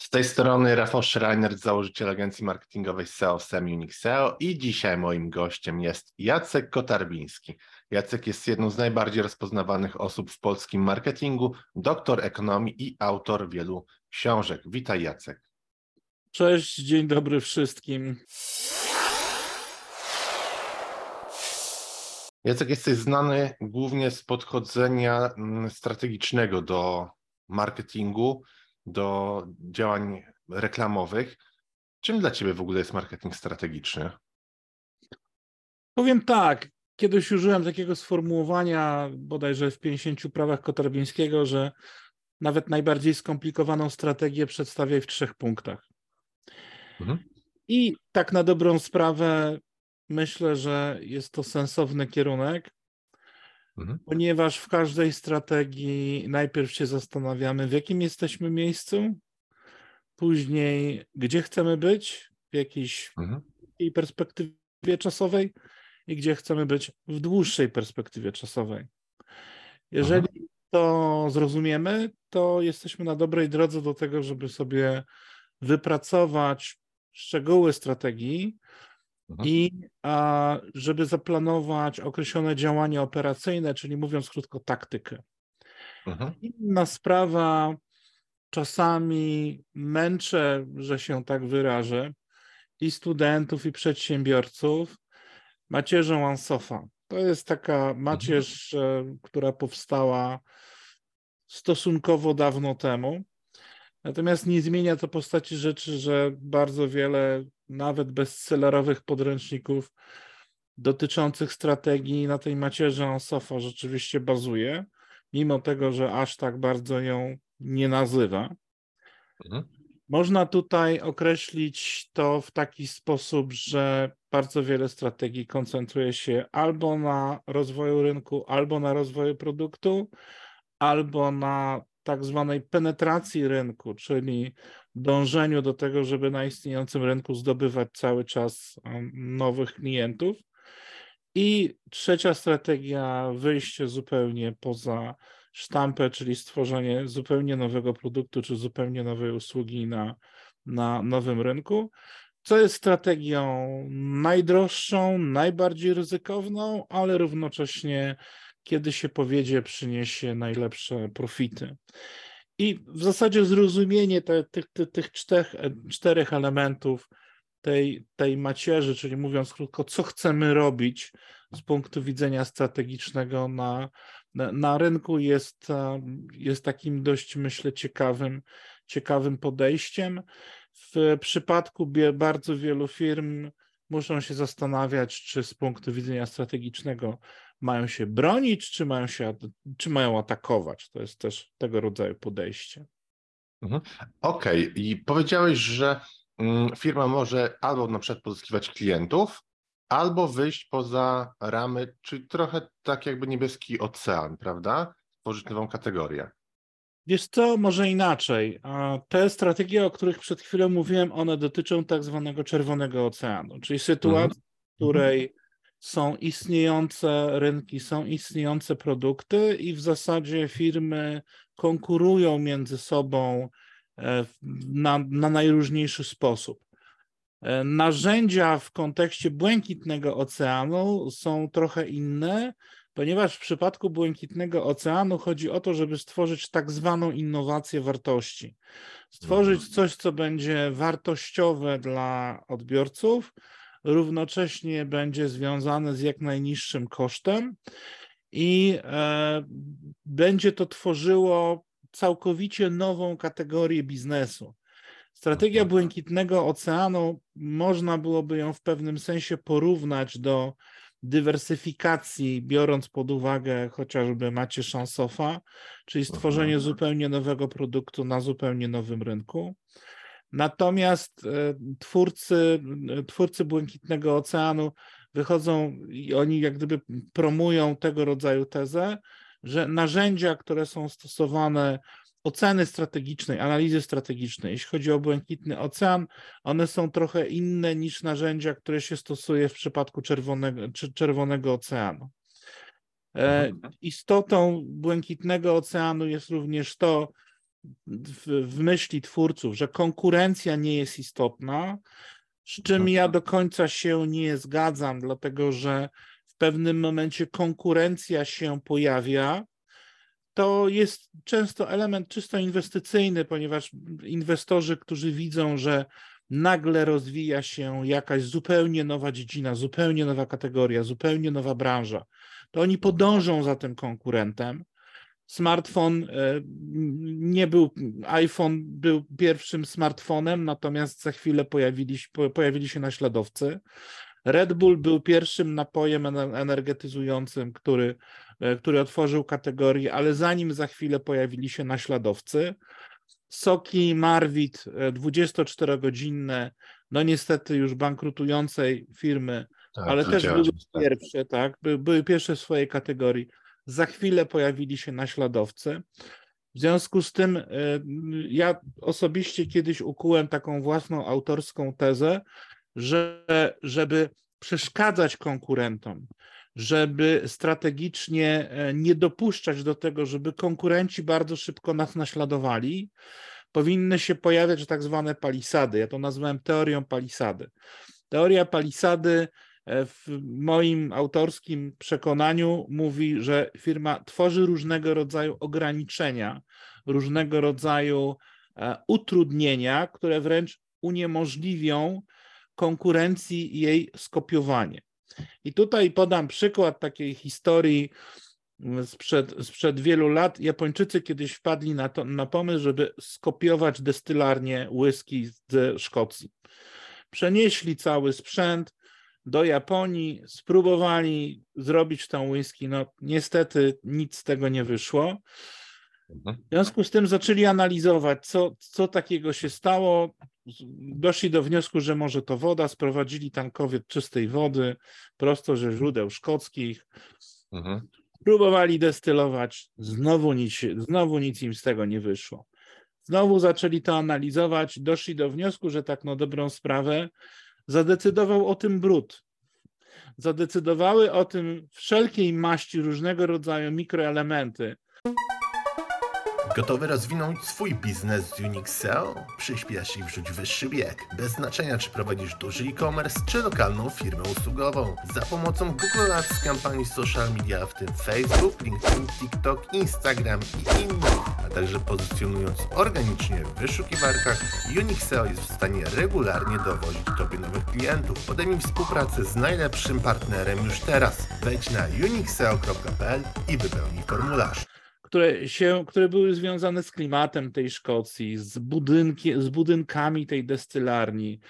Z tej strony Rafał Schreiner, założyciel agencji marketingowej SEO Semiunique SEO i dzisiaj moim gościem jest Jacek Kotarbiński. Jacek jest jedną z najbardziej rozpoznawanych osób w polskim marketingu, doktor ekonomii i autor wielu książek. Witaj, Jacek. Cześć, dzień dobry wszystkim. Jacek, jesteś znany głównie z podchodzenia strategicznego do marketingu, do działań reklamowych. Czym dla Ciebie w ogóle jest marketing strategiczny? Powiem tak, kiedyś użyłem takiego sformułowania, bodajże w 50 prawach Kotarbińskiego, że nawet najbardziej skomplikowaną strategię przedstawiaj w 3 punktach. I tak na dobrą sprawę myślę, że jest to sensowny kierunek, ponieważ w każdej strategii najpierw się zastanawiamy, w jakim jesteśmy miejscu, później gdzie chcemy być, w jakiejś perspektywie czasowej i gdzie chcemy być w dłuższej perspektywie czasowej. Jeżeli to zrozumiemy, to jesteśmy na dobrej drodze do tego, żeby sobie wypracować szczegóły strategii i żeby zaplanować określone działania operacyjne, czyli mówiąc krótko, taktykę. Inna sprawa, czasami męczę, że się tak wyrażę, i studentów, i przedsiębiorców macierzą Ansofa. To jest taka macierz, która powstała stosunkowo dawno temu. Natomiast nie zmienia to postaci rzeczy, że bardzo wiele nawet bestsellerowych podręczników dotyczących strategii na tej macierzy Ansofa rzeczywiście bazuje, mimo tego, że aż tak bardzo ją nie nazywa. Można tutaj określić to w taki sposób, że bardzo wiele strategii koncentruje się albo na rozwoju rynku, albo na rozwoju produktu, albo na tak zwanej penetracji rynku, czyli dążeniu do tego, żeby na istniejącym rynku zdobywać cały czas nowych klientów. I trzecia strategia, wyjście zupełnie poza sztampę, czyli stworzenie zupełnie nowego produktu czy zupełnie nowej usługi na nowym rynku, co jest strategią najdroższą, najbardziej ryzykowną, ale równocześnie, kiedy się powiedzie, przyniesie najlepsze profity. I w zasadzie zrozumienie tych 4 elementów tej macierzy, czyli mówiąc krótko, co chcemy robić z punktu widzenia strategicznego na rynku jest takim dość, myślę, ciekawym podejściem. W przypadku bardzo wielu firm muszą się zastanawiać, czy z punktu widzenia strategicznego mają się bronić, czy mają atakować. To jest też tego rodzaju podejście. Okej. I powiedziałeś, że firma może albo na przykład pozyskiwać klientów, albo wyjść poza ramy, czyli trochę tak jakby niebieski ocean, prawda? Tworzyć nową kategorię. Wiesz co, może inaczej. Te strategie, o których przed chwilą mówiłem, one dotyczą tak zwanego czerwonego oceanu, czyli sytuacji, w której są istniejące rynki, są istniejące produkty i w zasadzie firmy konkurują między sobą na najróżniejszy sposób. Narzędzia w kontekście błękitnego oceanu są trochę inne, ponieważ w przypadku błękitnego oceanu chodzi o to, żeby stworzyć tak zwaną innowację wartości. Stworzyć coś, co będzie wartościowe dla odbiorców, równocześnie będzie związane z jak najniższym kosztem i będzie to tworzyło całkowicie nową kategorię biznesu. Strategia błękitnego oceanu, można byłoby ją w pewnym sensie porównać do dywersyfikacji, biorąc pod uwagę chociażby macierz Ansofa, czyli stworzenie zupełnie nowego produktu na zupełnie nowym rynku. Natomiast twórcy błękitnego oceanu wychodzą i oni jak gdyby promują tego rodzaju tezę, że narzędzia, które są stosowane oceny strategicznej, analizy strategicznej, jeśli chodzi o błękitny ocean, one są trochę inne niż narzędzia, które się stosuje w przypadku czerwonego oceanu. Istotą błękitnego oceanu jest również to, w myśli twórców, że konkurencja nie jest istotna, z czym ja do końca się nie zgadzam, dlatego że w pewnym momencie konkurencja się pojawia. To jest często element czysto inwestycyjny, ponieważ inwestorzy, którzy widzą, że nagle rozwija się jakaś zupełnie nowa dziedzina, zupełnie nowa kategoria, zupełnie nowa branża, to oni podążą za tym konkurentem. iPhone był pierwszym smartfonem, natomiast za chwilę pojawili się naśladowcy. Red Bull był pierwszym napojem energetyzującym, który otworzył kategorię, ale zanim za chwilę pojawili się naśladowcy. Soki Marwit 24-godzinne, no niestety już bankrutującej firmy, Tak, ale też były niestety. pierwsze, tak, były pierwsze w swojej kategorii. Za chwilę pojawili się naśladowcy. W związku z tym ja osobiście kiedyś ukułem taką własną autorską tezę, żeby przeszkadzać konkurentom, żeby strategicznie nie dopuszczać do tego, żeby konkurenci bardzo szybko nas naśladowali, powinny się pojawiać tak zwane palisady. Ja to nazwałem teorią palisady. Teoria palisady w moim autorskim przekonaniu mówi, że firma tworzy różnego rodzaju ograniczenia, różnego rodzaju utrudnienia, które wręcz uniemożliwią konkurencji jej skopiowanie. I tutaj podam przykład takiej historii sprzed wielu lat. Japończycy kiedyś wpadli na pomysł, żeby skopiować destylarnię whisky z Szkocji. Przenieśli cały sprzęt do Japonii, spróbowali zrobić tą whisky. No niestety nic z tego nie wyszło. W związku z tym zaczęli analizować, co takiego się stało. Doszli do wniosku, że może to woda, sprowadzili tankowiec czystej wody prosto ze źródeł szkockich. Próbowali destylować, znowu nic im z tego nie wyszło. Znowu zaczęli to analizować, doszli do wniosku, że tak na dobrą sprawę zadecydował o tym brud. Zadecydowały o tym wszelkiej maści różnego rodzaju mikroelementy. Gotowy rozwinąć swój biznes z UnixSeo? Przyspiesz i wrzuć wyższy bieg. Bez znaczenia, czy prowadzisz duży e-commerce, czy lokalną firmę usługową. Za pomocą Google Ads, kampanii social media, w tym Facebook, LinkedIn, TikTok, Instagram i innych, a także pozycjonując organicznie w wyszukiwarkach, UnixSeo jest w stanie regularnie dowozić Tobie nowych klientów. Podejmij współpracę z najlepszym partnerem już teraz. Wejdź na unixseo.pl i wypełnij formularz. Które były związane z klimatem tej Szkocji, z budynkami tej destylarni,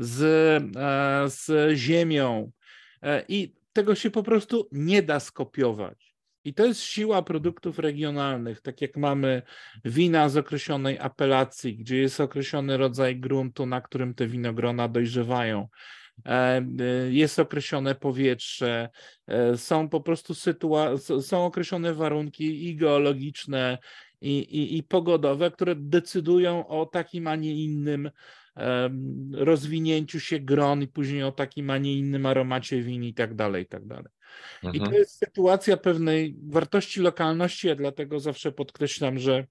z ziemią i tego się po prostu nie da skopiować. I to jest siła produktów regionalnych, tak jak mamy wina z określonej apelacji, gdzie jest określony rodzaj gruntu, na którym te winogrona dojrzewają. Jest określone powietrze, są po prostu są określone warunki i geologiczne, i pogodowe, które decydują o takim, a nie innym rozwinięciu się gron i później o takim, a nie innym aromacie win i tak dalej, i tak dalej. I to jest sytuacja pewnej wartości lokalności, ja dlatego zawsze podkreślam, że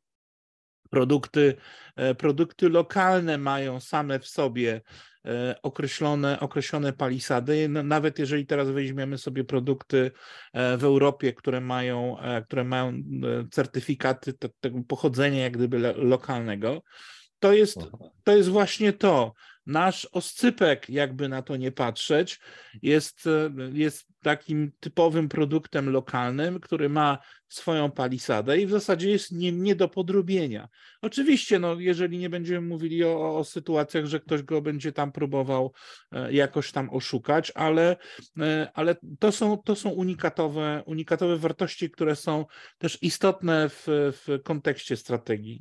produkty lokalne mają same w sobie określone palisady. Nawet jeżeli teraz weźmiemy sobie produkty w Europie, które mają certyfikaty tego pochodzenia jak gdyby lokalnego, to jest właśnie to. Nasz oscypek, jakby na to nie patrzeć, jest takim typowym produktem lokalnym, który ma swoją palisadę i w zasadzie jest nie do podrobienia. Oczywiście, no, jeżeli nie będziemy mówili o sytuacjach, że ktoś go będzie tam próbował jakoś tam oszukać, ale to są unikatowe wartości, które są też istotne w kontekście strategii.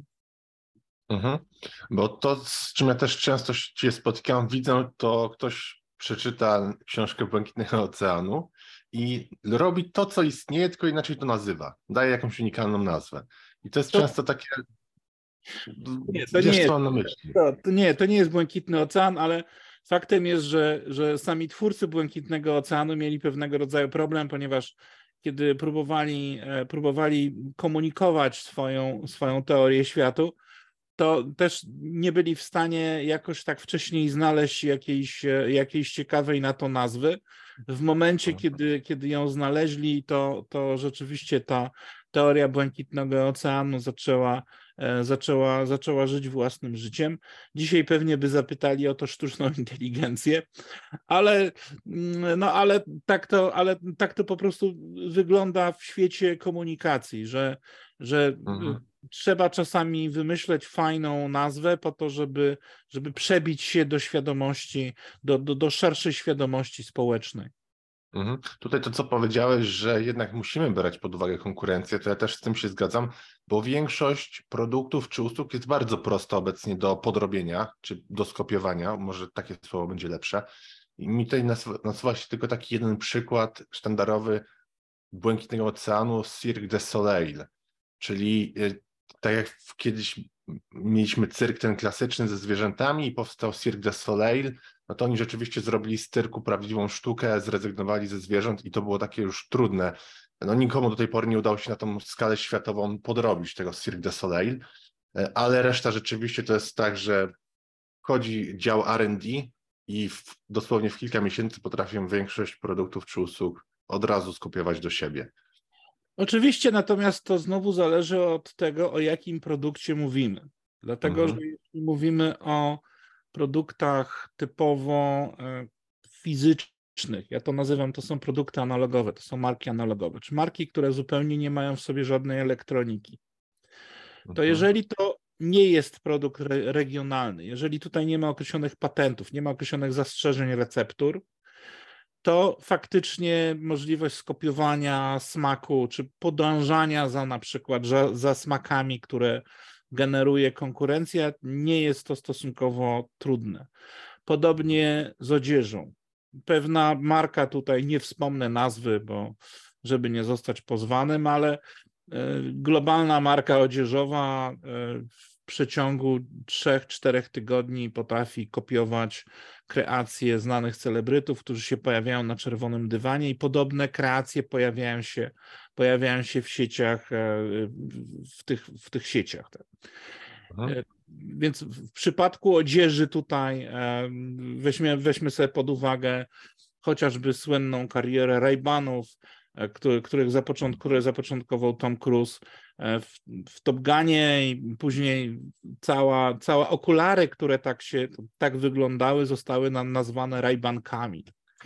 Bo to, z czym ja też często się spotykam, widzę, to ktoś przeczyta książkę Błękitnego Oceanu i robi to, co istnieje, tylko inaczej to nazywa. Daje jakąś unikalną nazwę. I to jest często takie... Wiesz, co mam na myśli. To nie jest Błękitny Ocean, ale faktem jest, że sami twórcy Błękitnego Oceanu mieli pewnego rodzaju problem, ponieważ kiedy próbowali komunikować swoją teorię światu, to też nie byli w stanie jakoś tak wcześniej znaleźć jakiejś ciekawej na to nazwy. W momencie, kiedy ją znaleźli, to rzeczywiście ta teoria Błękitnego Oceanu zaczęła żyć własnym życiem. Dzisiaj pewnie by zapytali o to sztuczną inteligencję, ale tak to po prostu wygląda w świecie komunikacji, że trzeba czasami wymyśleć fajną nazwę po to, żeby przebić się do świadomości, do szerszej świadomości społecznej. Tutaj to, co powiedziałeś, że jednak musimy brać pod uwagę konkurencję, to ja też z tym się zgadzam, bo większość produktów czy usług jest bardzo prosta obecnie do podrobienia, czy do skopiowania, może takie słowo będzie lepsze. I mi tutaj nasuwa się tylko taki jeden przykład sztandarowy Błękitnego Oceanu, Cirque du Soleil, czyli tak jak kiedyś mieliśmy cyrk ten klasyczny ze zwierzętami i powstał Cirque du Soleil, no to oni rzeczywiście zrobili z cyrku prawdziwą sztukę, zrezygnowali ze zwierząt i to było takie już trudne. No nikomu do tej pory nie udało się na tą skalę światową podrobić tego Cirque du Soleil, ale reszta rzeczywiście to jest tak, że wchodzi dział R&D i dosłownie w kilka miesięcy potrafią większość produktów czy usług od razu skopiować do siebie. Oczywiście, natomiast to znowu zależy od tego, o jakim produkcie mówimy. Dlatego, że jeśli mówimy o produktach typowo fizycznych, ja to nazywam, to są produkty analogowe, to są marki analogowe, czy marki, które zupełnie nie mają w sobie żadnej elektroniki. To jeżeli to nie jest produkt regionalny, jeżeli tutaj nie ma określonych patentów, nie ma określonych zastrzeżeń receptur, to faktycznie możliwość skopiowania smaku, czy podążania za na przykład za smakami, które generuje konkurencja, nie jest to stosunkowo trudne. Podobnie z odzieżą. Pewna marka, tutaj nie wspomnę nazwy, bo żeby nie zostać pozwanym, ale globalna marka odzieżowa w przeciągu 3-4 tygodni potrafi kopiować kreacje znanych celebrytów, którzy się pojawiają na czerwonym dywanie i podobne kreacje pojawiają się w sieciach, w tych sieciach. Więc w przypadku odzieży tutaj weźmy sobie pod uwagę chociażby słynną karierę Ray-Banów, które zapoczątkował Tom Cruise w Top Gunie i później całe okulary, które tak wyglądały, zostały nazwane Ray-Bankami.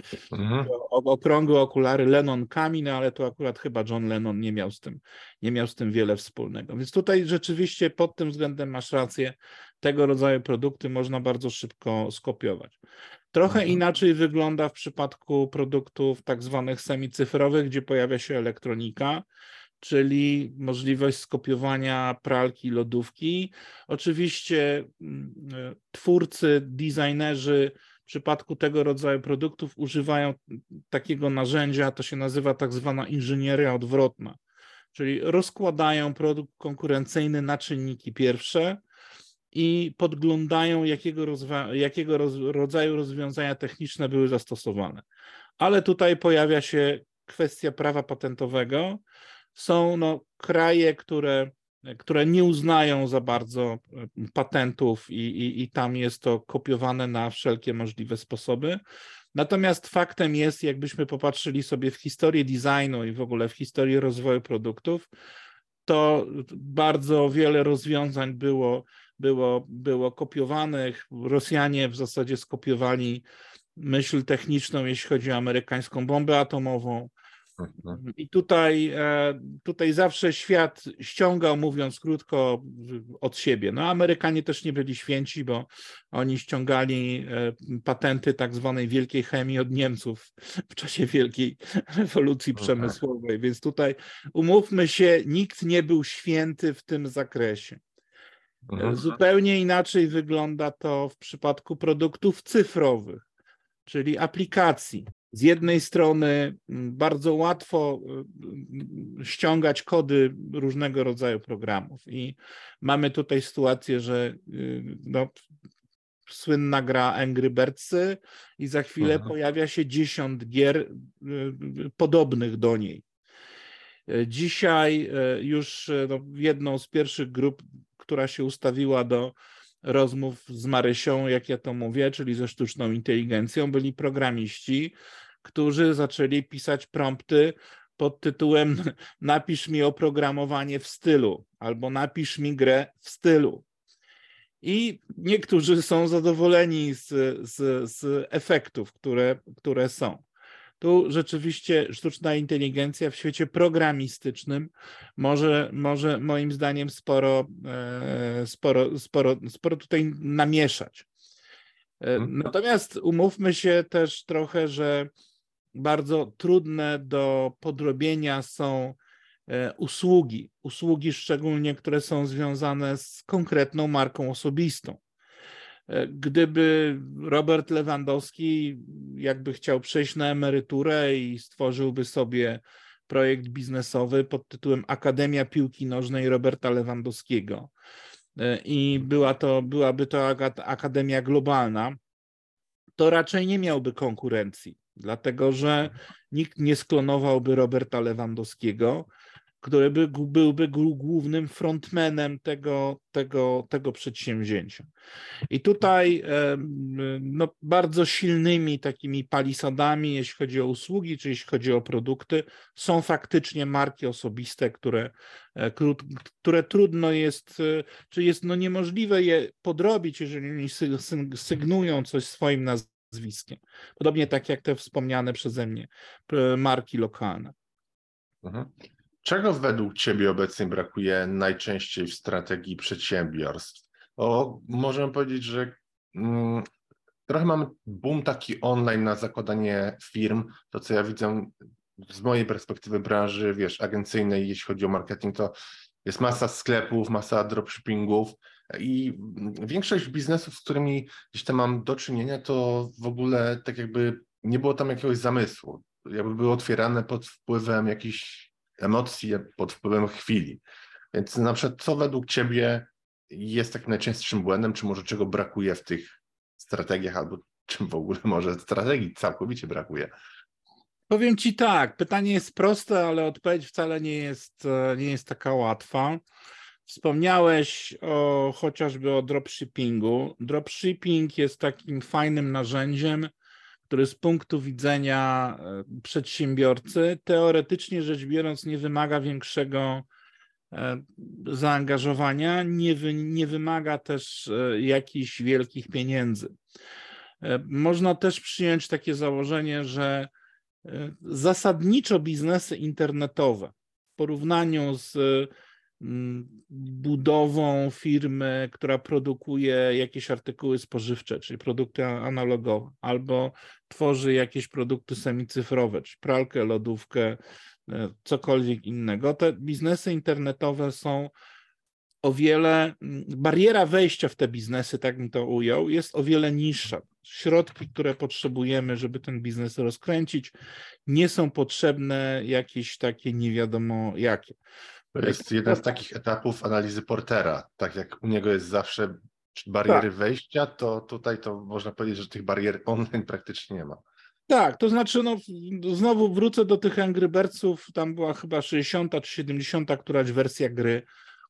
Okrągłe okulary Lennonkami, no ale to akurat chyba John Lennon nie miał z tym wiele wspólnego. Więc tutaj rzeczywiście pod tym względem masz rację, tego rodzaju produkty można bardzo szybko skopiować. Trochę inaczej wygląda w przypadku produktów tak zwanych semicyfrowych, gdzie pojawia się elektronika, czyli możliwość skopiowania pralki, lodówki. Oczywiście twórcy, designerzy w przypadku tego rodzaju produktów używają takiego narzędzia, to się nazywa tak zwana inżynieria odwrotna, czyli rozkładają produkt konkurencyjny na czynniki pierwsze i podglądają, jakiego rodzaju rozwiązania techniczne były zastosowane. Ale tutaj pojawia się kwestia prawa patentowego. Są kraje, które nie uznają za bardzo patentów i tam jest to kopiowane na wszelkie możliwe sposoby. Natomiast faktem jest, jakbyśmy popatrzyli sobie w historię designu i w ogóle w historię rozwoju produktów, to bardzo wiele rozwiązań było kopiowanych. Rosjanie w zasadzie skopiowali myśl techniczną, jeśli chodzi o amerykańską bombę atomową. I tutaj zawsze świat ściągał, mówiąc krótko, od siebie. No Amerykanie też nie byli święci, bo oni ściągali patenty tak zwanej wielkiej chemii od Niemców w czasie wielkiej rewolucji przemysłowej. Więc tutaj umówmy się, nikt nie był święty w tym zakresie. Zupełnie inaczej wygląda to w przypadku produktów cyfrowych, czyli aplikacji. Z jednej strony bardzo łatwo ściągać kody różnego rodzaju programów i mamy tutaj sytuację, że słynna gra Angry Birdsy i za chwilę pojawia się 10 gier podobnych do niej. Dzisiaj już jedną z pierwszych grup, która się ustawiła do rozmów z Marysią, jak ja to mówię, czyli ze sztuczną inteligencją, byli programiści, którzy zaczęli pisać prompty pod tytułem napisz mi oprogramowanie w stylu albo napisz mi grę w stylu. I niektórzy są zadowoleni z efektów, które są. Tu rzeczywiście sztuczna inteligencja w świecie programistycznym może moim zdaniem sporo tutaj namieszać. Natomiast umówmy się też trochę, że bardzo trudne do podrobienia są usługi szczególnie, które są związane z konkretną marką osobistą. Gdyby Robert Lewandowski jakby chciał przejść na emeryturę i stworzyłby sobie projekt biznesowy pod tytułem Akademia Piłki Nożnej Roberta Lewandowskiego i byłaby to akademia globalna, to raczej nie miałby konkurencji, dlatego że nikt nie sklonowałby Roberta Lewandowskiego, który byłby głównym frontmanem tego przedsięwzięcia. I tutaj bardzo silnymi takimi palisadami, jeśli chodzi o usługi, czy jeśli chodzi o produkty, są faktycznie marki osobiste, które trudno jest, czy jest niemożliwe je podrobić, jeżeli oni sygnują coś swoim nazwiskiem. Podobnie tak jak te wspomniane przeze mnie marki lokalne. Czego według Ciebie obecnie brakuje najczęściej w strategii przedsiębiorstw? Możemy powiedzieć, że trochę mamy boom taki online na zakładanie firm. To, co ja widzę z mojej perspektywy branży, agencyjnej, jeśli chodzi o marketing, to jest masa sklepów, masa dropshippingów i większość biznesów, z którymi gdzieś tam mam do czynienia, to w ogóle tak jakby nie było tam jakiegoś zamysłu. Jakby były otwierane pod wpływem jakichś emocji, pod wpływem chwili. Więc na przykład co według Ciebie jest takim najczęstszym błędem, czy może czego brakuje w tych strategiach, albo czym w ogóle może strategii całkowicie brakuje? Powiem Ci tak, pytanie jest proste, ale odpowiedź wcale nie jest taka łatwa. Wspomniałeś chociażby o dropshippingu. Dropshipping jest takim fajnym narzędziem, który z punktu widzenia przedsiębiorcy teoretycznie rzecz biorąc nie wymaga większego zaangażowania, nie wymaga też jakichś wielkich pieniędzy. Można też przyjąć takie założenie, że zasadniczo biznesy internetowe w porównaniu z budową firmy, która produkuje jakieś artykuły spożywcze, czyli produkty analogowe, albo tworzy jakieś produkty semicyfrowe, czyli pralkę, lodówkę, cokolwiek innego. Te biznesy internetowe są o wiele, bariera wejścia w te biznesy, tak bym to ujął, jest o wiele niższa. Środki, które potrzebujemy, żeby ten biznes rozkręcić, nie są potrzebne jakieś takie nie wiadomo jakie. To jest jeden z takich etapów analizy Portera. Tak jak u niego jest zawsze bariery wejścia, to tutaj to można powiedzieć, że tych barier online praktycznie nie ma. Tak, to znaczy znowu wrócę do tych Angry Birdsów, tam była chyba 60 czy 70 któraś wersja gry,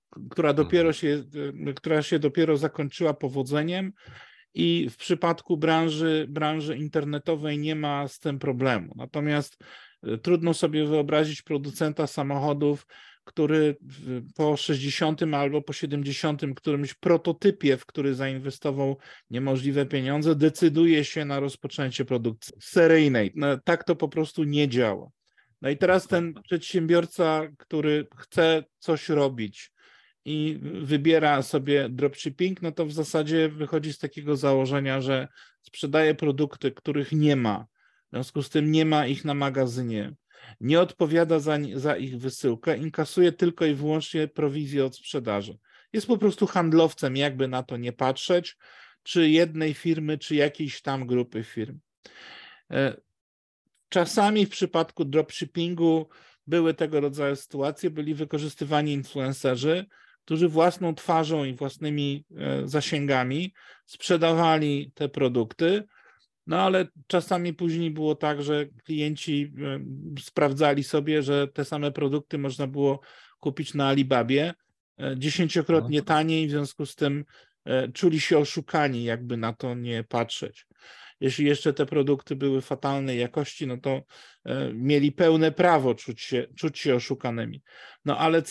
która się dopiero zakończyła powodzeniem i w przypadku branży internetowej nie ma z tym problemu. Natomiast trudno sobie wyobrazić producenta samochodów, który po 60 albo po 70 którymś prototypie, w który zainwestował niemożliwe pieniądze, decyduje się na rozpoczęcie produkcji seryjnej. No, tak to po prostu nie działa. No i teraz ten przedsiębiorca, który chce coś robić i wybiera sobie dropshipping, no to w zasadzie wychodzi z takiego założenia, że sprzedaje produkty, których nie ma, w związku z tym nie ma ich na magazynie, nie odpowiada za ich wysyłkę, inkasuje tylko i wyłącznie prowizję od sprzedaży. Jest po prostu handlowcem, jakby na to nie patrzeć, czy jednej firmy, czy jakiejś tam grupy firm. Czasami w przypadku dropshippingu były tego rodzaju sytuacje, byli wykorzystywani influencerzy, którzy własną twarzą i własnymi zasięgami sprzedawali te produkty, no ale czasami później było tak, że klienci sprawdzali sobie, że te same produkty można było kupić na Alibabie 10-krotnie taniej, w związku z tym czuli się oszukani, jakby na to nie patrzeć. Jeśli jeszcze te produkty były fatalnej jakości, no to mieli pełne prawo czuć się oszukanymi. No ale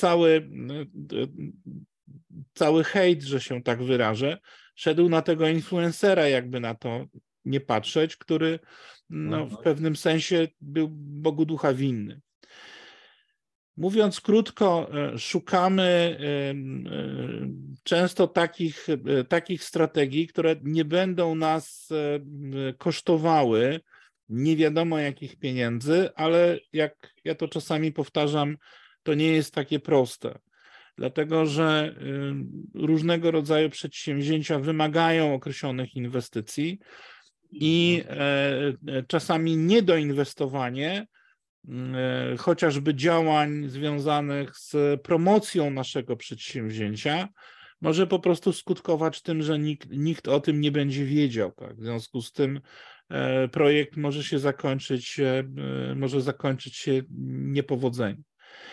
cały hejt, że się tak wyrażę, szedł na tego influencera, jakby na to nie patrzeć, który no, w pewnym sensie był Bogu ducha winny. Mówiąc krótko, szukamy często takich strategii, które nie będą nas kosztowały nie wiadomo jakich pieniędzy, ale jak ja to czasami powtarzam, to nie jest takie proste. Dlatego, że różnego rodzaju przedsięwzięcia wymagają określonych inwestycji i czasami niedoinwestowanie chociażby działań związanych z promocją naszego przedsięwzięcia może po prostu skutkować tym, że nikt o tym nie będzie wiedział. Tak? W związku z tym projekt może zakończyć się niepowodzeniem.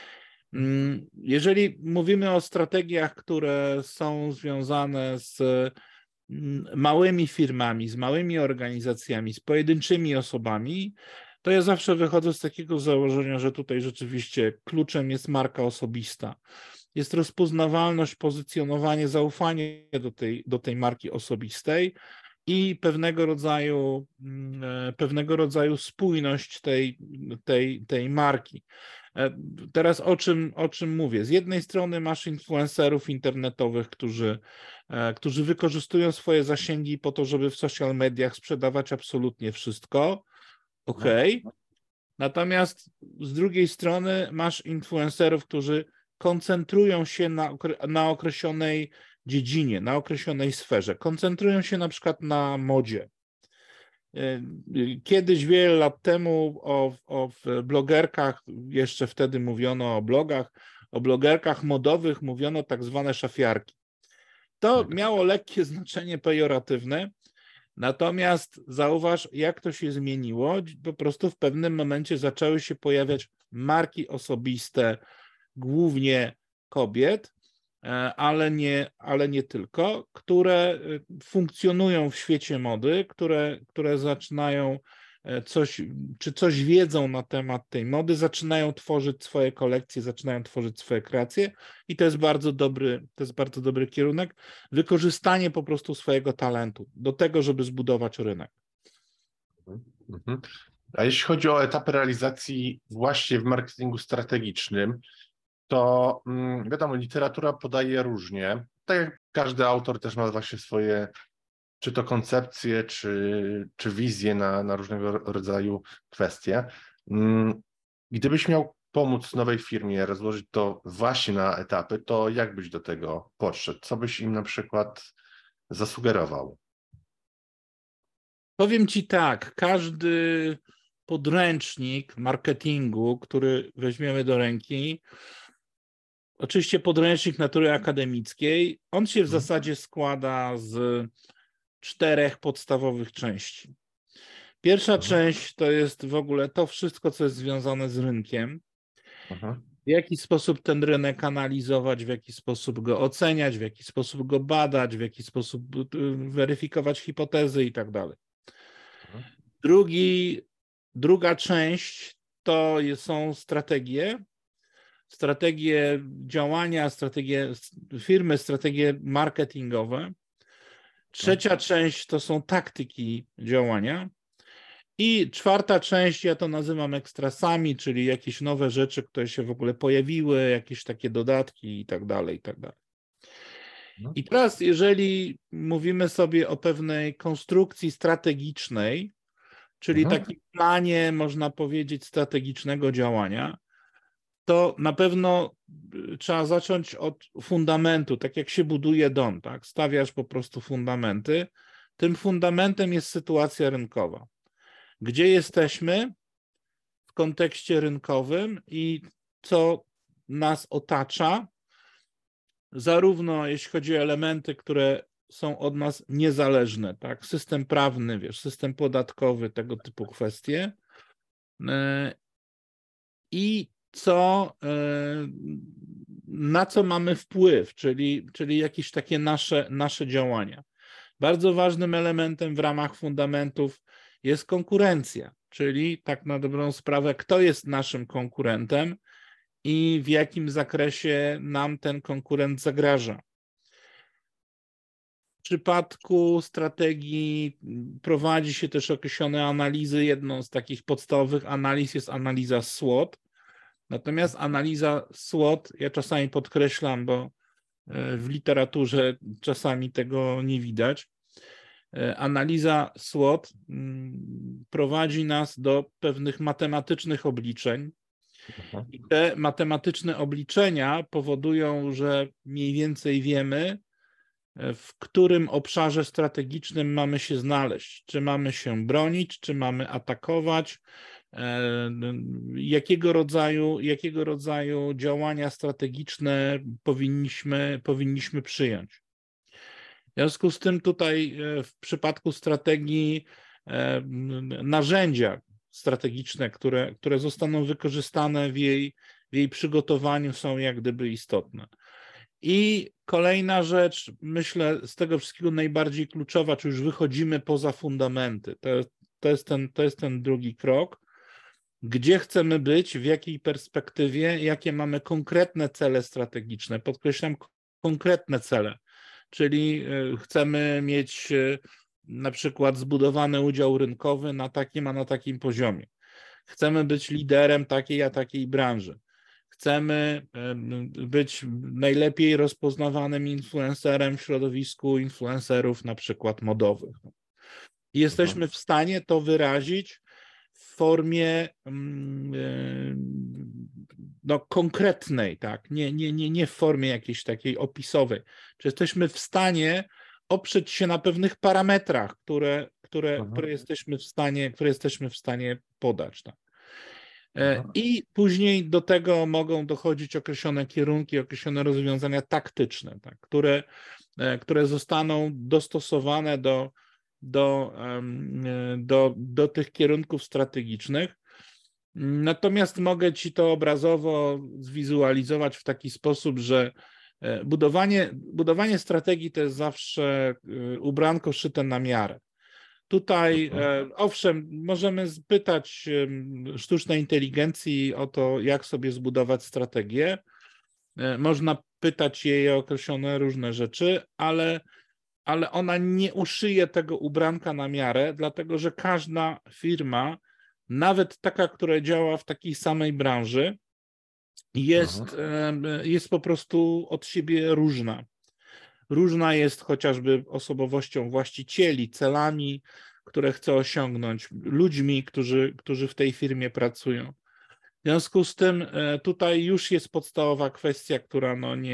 Jeżeli mówimy o strategiach, które są związane z małymi firmami, z małymi organizacjami, z pojedynczymi osobami, to ja zawsze wychodzę z takiego założenia, że tutaj rzeczywiście kluczem jest marka osobista. Jest rozpoznawalność, pozycjonowanie, zaufanie do tej marki osobistej i pewnego rodzaju spójność tej marki. Teraz o czym mówię? Z jednej strony masz influencerów internetowych, którzy wykorzystują swoje zasięgi po to, żeby w social mediach sprzedawać absolutnie wszystko. Okej. Natomiast z drugiej strony masz influencerów, którzy koncentrują się na określonej dziedzinie, na określonej sferze. Koncentrują się na przykład na modzie. Kiedyś, wiele lat temu o blogerkach, jeszcze wtedy mówiono o blogerkach modowych mówiono tak zwane szafiarki. To miało lekkie znaczenie pejoratywne, natomiast zauważ, jak to się zmieniło. Po prostu w pewnym momencie zaczęły się pojawiać marki osobiste, głównie kobiet, ale nie tylko, które funkcjonują w świecie mody, które zaczynają coś wiedzą na temat tej mody, zaczynają tworzyć swoje kolekcje, zaczynają tworzyć swoje kreacje i to jest bardzo dobry kierunek. Wykorzystanie po prostu swojego talentu do tego, żeby zbudować rynek. A jeśli chodzi o etapy realizacji właśnie w marketingu strategicznym, to wiadomo, literatura podaje różnie. Tak jak każdy autor też ma właśnie swoje, czy to koncepcje, czy wizje na różnego rodzaju kwestie. Gdybyś miał pomóc nowej firmie rozłożyć to właśnie na etapy, to jak byś do tego podszedł? Co byś im na przykład zasugerował? Powiem Ci tak, każdy podręcznik marketingu, który weźmiemy do ręki, oczywiście podręcznik natury akademickiej, on się w zasadzie składa z 4 podstawowych części. Pierwsza część to jest w ogóle to wszystko, co jest związane z rynkiem. W jaki sposób ten rynek analizować, w jaki sposób go oceniać, w jaki sposób go badać, w jaki sposób weryfikować hipotezy i tak dalej. Druga część to są strategie działania, strategie firmy, strategie marketingowe. Trzecia część to są taktyki działania. I czwarta część, ja to nazywam ekstrasami, czyli jakieś nowe rzeczy, które się w ogóle pojawiły, jakieś takie dodatki i tak dalej, i tak dalej. I teraz, jeżeli mówimy sobie o pewnej konstrukcji strategicznej, czyli takim planie, można powiedzieć, strategicznego działania, to na pewno trzeba zacząć od fundamentu, tak jak się buduje dom, tak? Stawiasz po prostu fundamenty. Tym fundamentem jest sytuacja rynkowa. Gdzie jesteśmy w kontekście rynkowym i co nas otacza, zarówno jeśli chodzi o elementy, które są od nas niezależne, tak? System prawny, system podatkowy, tego typu kwestie. I co na co mamy wpływ, czyli jakieś takie nasze działania. Bardzo ważnym elementem w ramach fundamentów jest konkurencja, czyli tak na dobrą sprawę, kto jest naszym konkurentem i w jakim zakresie nam ten konkurent zagraża. W przypadku strategii prowadzi się też określone analizy. Jedną z takich podstawowych analiz jest analiza SWOT. Natomiast analiza SWOT, ja czasami podkreślam, bo w literaturze czasami tego nie widać. Analiza SWOT prowadzi nas do pewnych matematycznych obliczeń. I te matematyczne obliczenia powodują, że mniej więcej wiemy, w którym obszarze strategicznym mamy się znaleźć. Czy mamy się bronić, czy mamy atakować, jakiego rodzaju działania strategiczne powinniśmy przyjąć. W związku z tym tutaj w przypadku strategii narzędzia strategiczne, które zostaną wykorzystane w jej przygotowaniu, są jak gdyby istotne. I kolejna rzecz, myślę, z tego wszystkiego najbardziej kluczowa, czy już wychodzimy poza fundamenty, to jest ten drugi krok. Gdzie chcemy być, w jakiej perspektywie, jakie mamy konkretne cele strategiczne, podkreślam konkretne cele, czyli chcemy mieć na przykład zbudowany udział rynkowy na takim, a na takim poziomie. Chcemy być liderem takiej, a takiej branży. Chcemy być najlepiej rozpoznawanym influencerem w środowisku influencerów na przykład modowych. I jesteśmy w stanie to wyrazić w formie konkretnej, tak? Nie w formie jakiejś takiej opisowej. Czy jesteśmy w stanie oprzeć się na pewnych parametrach, które jesteśmy w stanie podać. Tak? I później do tego mogą dochodzić określone kierunki, określone rozwiązania taktyczne, tak? które zostaną dostosowane do tych kierunków strategicznych. Natomiast mogę Ci to obrazowo zwizualizować w taki sposób, że budowanie strategii to jest zawsze ubranko szyte na miarę. Tutaj owszem, możemy spytać sztucznej inteligencji o to, jak sobie zbudować strategię. Można pytać jej o określone różne rzeczy, ale ona nie uszyje tego ubranka na miarę, dlatego że każda firma, nawet taka, która działa w takiej samej branży, jest po prostu od siebie różna. Różna jest chociażby osobowością właścicieli, celami, które chce osiągnąć, ludźmi, którzy w tej firmie pracują. W związku z tym tutaj już jest podstawowa kwestia, która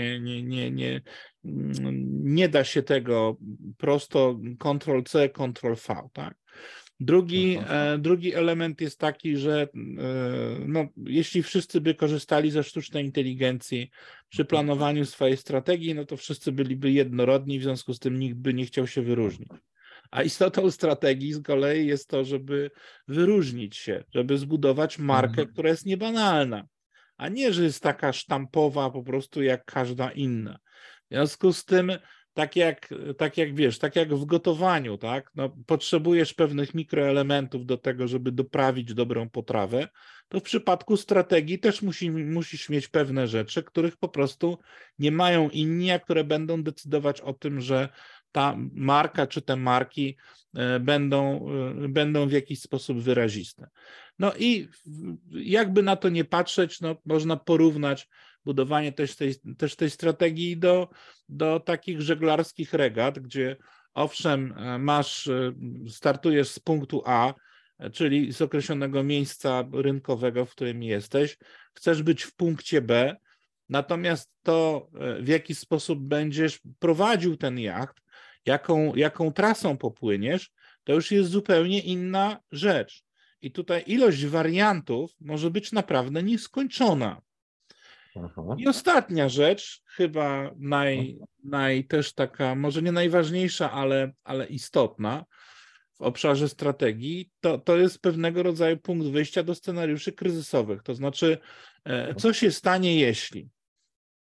nie da się tego prosto Ctrl-C, Ctrl-V, tak? Drugi element jest taki, że jeśli wszyscy by korzystali ze sztucznej inteligencji przy planowaniu swojej strategii, no to wszyscy byliby jednorodni, w związku z tym nikt by nie chciał się wyróżnić. A istotą strategii z kolei jest to, żeby wyróżnić się, żeby zbudować markę, która jest niebanalna, a nie, że jest taka sztampowa po prostu jak każda inna. W związku z tym tak jak wiesz, tak jak w gotowaniu, tak? Potrzebujesz pewnych mikroelementów do tego, żeby doprawić dobrą potrawę, to w przypadku strategii też musisz mieć pewne rzeczy, których po prostu nie mają inni, a które będą decydować o tym, że ta marka czy te marki będą w jakiś sposób wyraziste. No i jakby na to nie patrzeć, można porównać budowanie też tej strategii do takich żeglarskich regat, gdzie owszem, startujesz z punktu A, czyli z określonego miejsca rynkowego, w którym jesteś, chcesz być w punkcie B, natomiast to, w jaki sposób będziesz prowadził ten jacht, jaką trasą popłyniesz, to już jest zupełnie inna rzecz. I tutaj ilość wariantów może być naprawdę nieskończona. I ostatnia rzecz, chyba też taka, może nie najważniejsza, ale istotna w obszarze strategii, to jest pewnego rodzaju punkt wyjścia do scenariuszy kryzysowych. To znaczy, co się stanie, jeśli?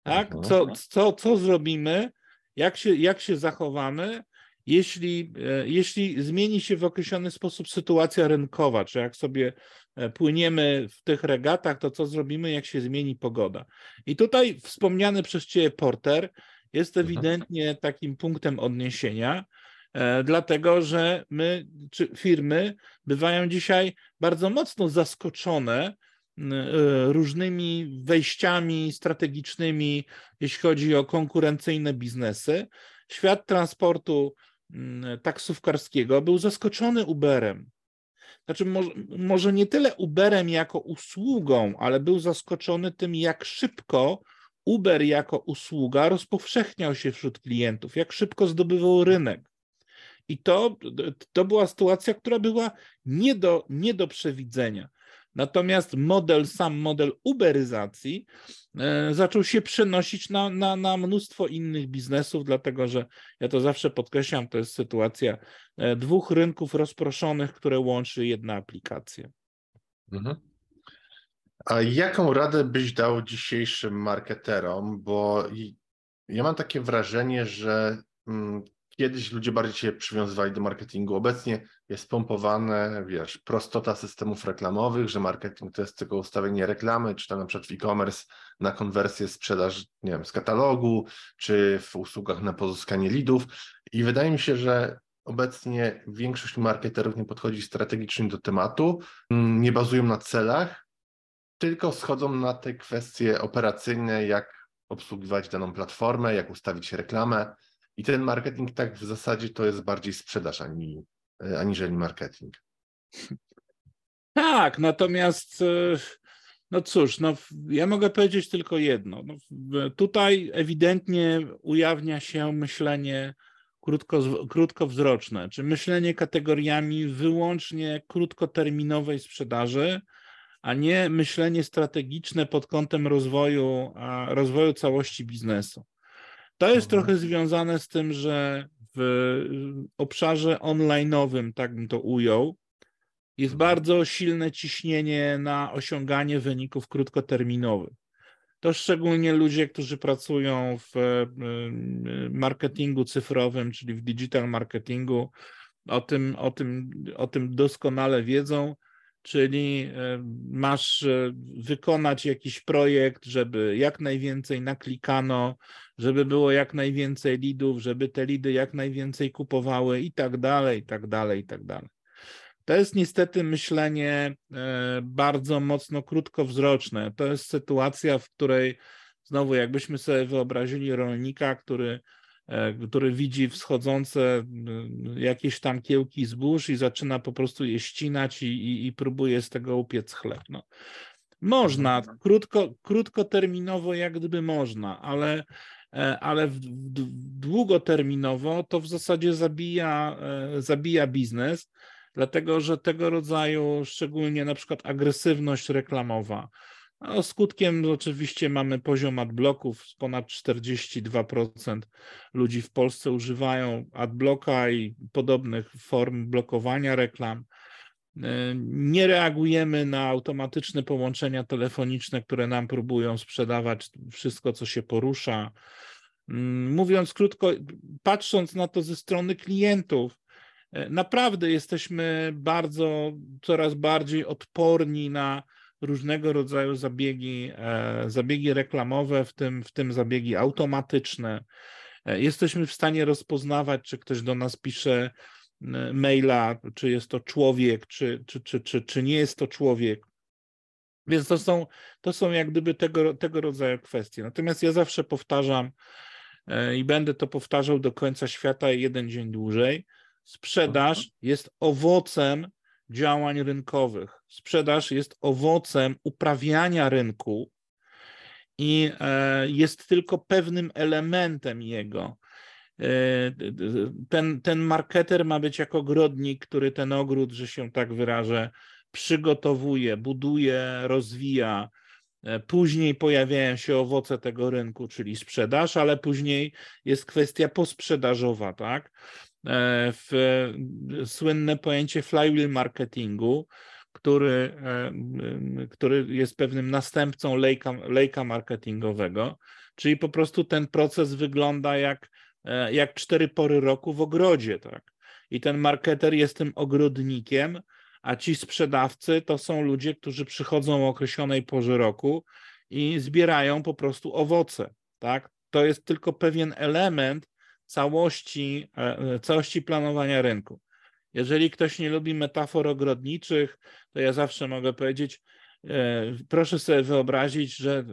Tak? Co zrobimy, jak się zachowamy, jeśli zmieni się w określony sposób sytuacja rynkowa, czy jak sobie płyniemy w tych regatach, to co zrobimy, jak się zmieni pogoda. I tutaj wspomniany przez Ciebie porter jest ewidentnie takim punktem odniesienia, dlatego że czy firmy bywają dzisiaj bardzo mocno zaskoczone różnymi wejściami strategicznymi, jeśli chodzi o konkurencyjne biznesy. Świat transportu taksówkarskiego był zaskoczony Uberem. Znaczy, może nie tyle Uberem jako usługą, ale był zaskoczony tym, jak szybko Uber jako usługa rozpowszechniał się wśród klientów, jak szybko zdobywał rynek. I to była sytuacja, która była nie do przewidzenia. Natomiast sam model uberyzacji zaczął się przenosić na mnóstwo innych biznesów, dlatego że ja to zawsze podkreślam, to jest sytuacja dwóch rynków rozproszonych, które łączy jedna aplikacja. A jaką radę byś dał dzisiejszym marketerom? Bo ja mam takie wrażenie, że kiedyś ludzie bardziej się przywiązywali do marketingu. Obecnie jest pompowane, prostota systemów reklamowych, że marketing to jest tylko ustawienie reklamy, czy tam na przykład w e-commerce na konwersję, sprzedaż, nie wiem, z katalogu, czy w usługach na pozyskanie leadów. I wydaje mi się, że obecnie większość marketerów nie podchodzi strategicznie do tematu, nie bazują na celach, tylko schodzą na te kwestie operacyjne, jak obsługiwać daną platformę, jak ustawić reklamę. I ten marketing tak w zasadzie to jest bardziej sprzedaż aniżeli marketing. Tak, natomiast no cóż, ja mogę powiedzieć tylko jedno. Tutaj ewidentnie ujawnia się myślenie krótkowzroczne, czy myślenie kategoriami wyłącznie krótkoterminowej sprzedaży, a nie myślenie strategiczne pod kątem rozwoju całości biznesu. To jest trochę związane z tym, że w obszarze online'owym, tak bym to ujął, jest bardzo silne ciśnienie na osiąganie wyników krótkoterminowych. To szczególnie ludzie, którzy pracują w marketingu cyfrowym, czyli w digital marketingu, o tym doskonale wiedzą, czyli masz wykonać jakiś projekt, żeby jak najwięcej naklikano, żeby było jak najwięcej leadów, żeby te leady jak najwięcej kupowały i tak dalej, i tak dalej, i tak dalej. To jest niestety myślenie bardzo mocno krótkowzroczne. To jest sytuacja, w której znowu jakbyśmy sobie wyobrazili rolnika, który widzi wschodzące jakieś tam kiełki zbóż i zaczyna po prostu je ścinać i próbuje z tego upiec chleb. No. Można, krótkoterminowo jak gdyby można, ale długoterminowo to w zasadzie zabija biznes, dlatego że tego rodzaju szczególnie na przykład agresywność reklamowa, no, skutkiem oczywiście mamy poziom adblocków, ponad 42% ludzi w Polsce używają adblocka i podobnych form blokowania reklam. Nie reagujemy na automatyczne połączenia telefoniczne, które nam próbują sprzedawać wszystko, co się porusza. Mówiąc krótko, patrząc na to ze strony klientów, naprawdę jesteśmy coraz bardziej odporni na różnego rodzaju zabiegi reklamowe, w tym zabiegi automatyczne. Jesteśmy w stanie rozpoznawać, czy ktoś do nas pisze maila, czy jest to człowiek, czy nie jest to człowiek. Więc to są jak gdyby tego rodzaju kwestie. Natomiast ja zawsze powtarzam i będę to powtarzał do końca świata i jeden dzień dłużej, sprzedaż jest owocem działań rynkowych. Sprzedaż jest owocem uprawiania rynku i jest tylko pewnym elementem jego. Ten marketer ma być jak ogrodnik, który ten ogród, że się tak wyrażę, przygotowuje, buduje, rozwija. Później pojawiają się owoce tego rynku, czyli sprzedaż, ale później jest kwestia posprzedażowa, tak? Słynne pojęcie flywheel marketingu, który jest pewnym następcą lejka marketingowego. Czyli po prostu ten proces wygląda jak 4 pory roku w ogrodzie, tak? I ten marketer jest tym ogrodnikiem, a ci sprzedawcy to są ludzie, którzy przychodzą o określonej porze roku i zbierają po prostu owoce, tak? To jest tylko pewien element całości planowania rynku. Jeżeli ktoś nie lubi metafor ogrodniczych, to ja zawsze mogę powiedzieć, proszę sobie wyobrazić, że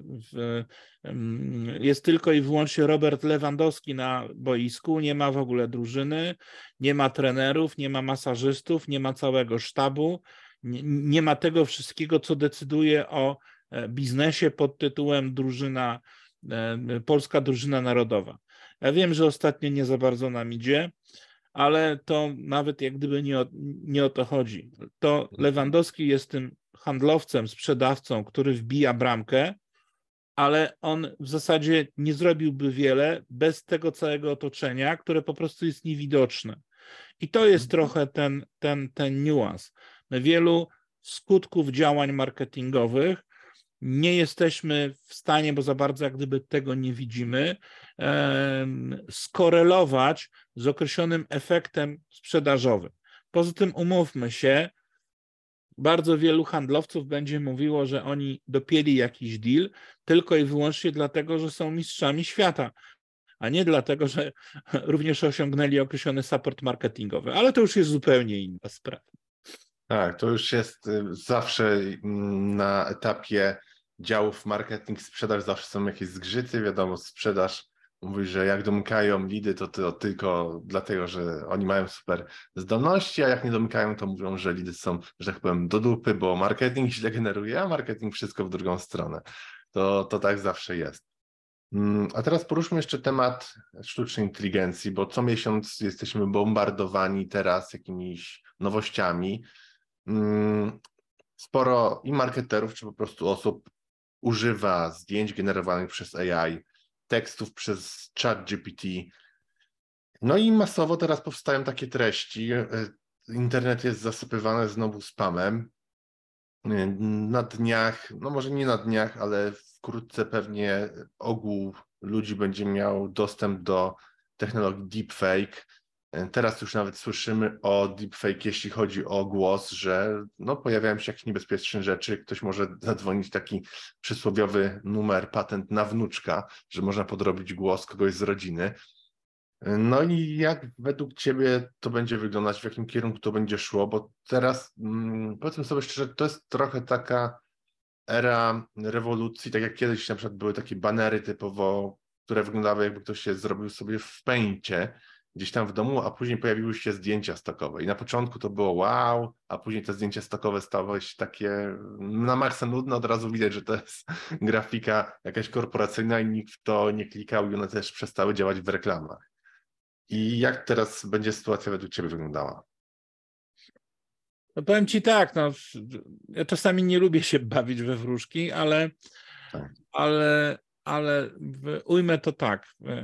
jest tylko i wyłącznie Robert Lewandowski na boisku, nie ma w ogóle drużyny, nie ma trenerów, nie ma masażystów, nie ma całego sztabu, nie ma tego wszystkiego, co decyduje o biznesie pod tytułem polska drużyna narodowa. Ja wiem, że ostatnio nie za bardzo nam idzie, ale to nawet jak gdyby nie o to chodzi. To Lewandowski jest tym handlowcem, sprzedawcą, który wbija bramkę, ale on w zasadzie nie zrobiłby wiele bez tego całego otoczenia, które po prostu jest niewidoczne. I to jest trochę ten niuans. My wielu skutków działań marketingowych nie jesteśmy w stanie, bo za bardzo jak gdyby tego nie widzimy, skorelować z określonym efektem sprzedażowym. Poza tym umówmy się, bardzo wielu handlowców będzie mówiło, że oni dopięli jakiś deal tylko i wyłącznie dlatego, że są mistrzami świata, a nie dlatego, że również osiągnęli określony support marketingowy. Ale to już jest zupełnie inna sprawa. Tak, to już jest zawsze na etapie działów marketing, sprzedaż, zawsze są jakieś zgrzyty, wiadomo, sprzedaż mówi, że jak domykają lidy, to tylko dlatego, że oni mają super zdolności, a jak nie domykają, to mówią, że lidy są, że tak powiem, do dupy, bo marketing źle generuje, a marketing wszystko w drugą stronę. To tak zawsze jest. A teraz poruszmy jeszcze temat sztucznej inteligencji, bo co miesiąc jesteśmy bombardowani teraz jakimiś nowościami. Sporo i marketerów, czy po prostu osób używa zdjęć generowanych przez AI, tekstów przez ChatGPT. No i masowo teraz powstają takie treści. Internet jest zasypywany znowu spamem. Na dniach, no może nie na dniach, ale wkrótce pewnie ogół ludzi będzie miał dostęp do technologii deepfake. Teraz już nawet słyszymy o deepfake, jeśli chodzi o głos, że no, pojawiają się jakieś niebezpieczne rzeczy. Ktoś może zadzwonić taki przysłowiowy numer, patent na wnuczka, że można podrobić głos kogoś z rodziny. No i jak według Ciebie to będzie wyglądać, w jakim kierunku to będzie szło? Bo teraz, powiedzmy sobie szczerze, to jest trochę taka era rewolucji, tak jak kiedyś na przykład były takie banery typowo, które wyglądały jakby ktoś się zrobił sobie w Paincie gdzieś tam w domu, a później pojawiły się zdjęcia stokowe. I na początku to było wow, a później te zdjęcia stokowe stały się takie na maksa nudne, od razu widać, że to jest grafika jakaś korporacyjna i nikt w to nie klikał i one też przestały działać w reklamach. I jak teraz będzie sytuacja według Ciebie wyglądała? No powiem Ci tak, no, ja czasami nie lubię się bawić we wróżki, Tak. ale ujmę to tak.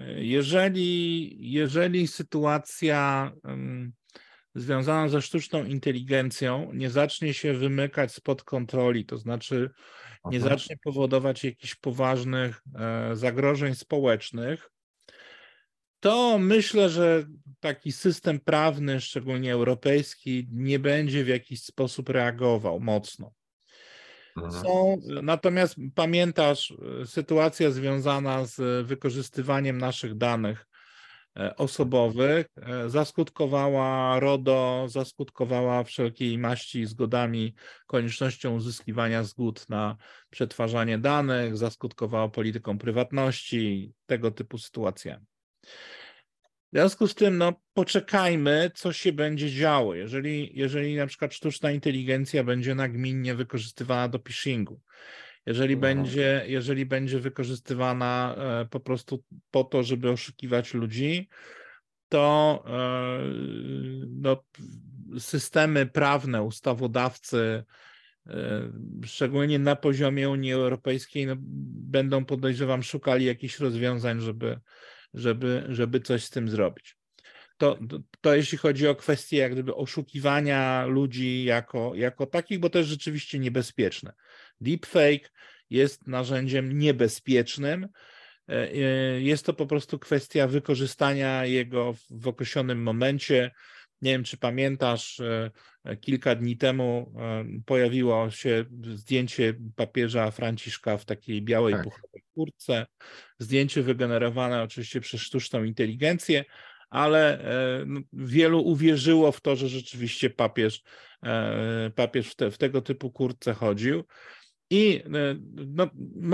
Jeżeli sytuacja związana ze sztuczną inteligencją nie zacznie się wymykać spod kontroli, to znaczy nie zacznie powodować jakichś poważnych zagrożeń społecznych, to myślę, że taki system prawny, szczególnie europejski, nie będzie w jakiś sposób reagował mocno. Natomiast pamiętasz, sytuacja związana z wykorzystywaniem naszych danych osobowych zaskutkowała RODO, zaskutkowała wszelkiej maści zgodami, koniecznością uzyskiwania zgód na przetwarzanie danych, zaskutkowała polityką prywatności, tego typu sytuacjami. W związku z tym, no, poczekajmy, co się będzie działo. Jeżeli na przykład sztuczna inteligencja będzie nagminnie wykorzystywana do phishingu, jeżeli będzie wykorzystywana po prostu po to, żeby oszukiwać ludzi, to no, systemy prawne, ustawodawcy, szczególnie na poziomie Unii Europejskiej, no, będą, podejrzewam, szukali jakichś rozwiązań, żeby coś z tym zrobić. To jeśli chodzi o kwestię jak gdyby oszukiwania ludzi jako takich, bo to jest rzeczywiście niebezpieczne. Deepfake jest narzędziem niebezpiecznym, Jest to po prostu kwestia wykorzystania jego w określonym momencie. Nie wiem, czy pamiętasz, kilka dni temu pojawiło się zdjęcie papieża Franciszka w takiej białej, Tak. puchowej kurtce. Zdjęcie wygenerowane oczywiście przez sztuczną inteligencję, ale wielu uwierzyło w to, że rzeczywiście papież w tego typu kurtce chodził. I no,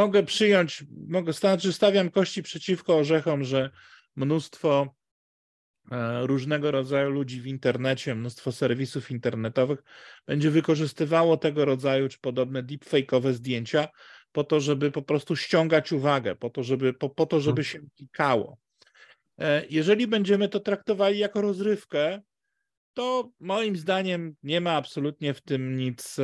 stawiam kości przeciwko orzechom, że mnóstwo różnego rodzaju ludzi w internecie, mnóstwo serwisów internetowych będzie wykorzystywało tego rodzaju czy podobne deepfake'owe zdjęcia po to, żeby po prostu ściągać uwagę, po to, żeby się klikało. Jeżeli będziemy to traktowali jako rozrywkę, to moim zdaniem nie ma absolutnie w tym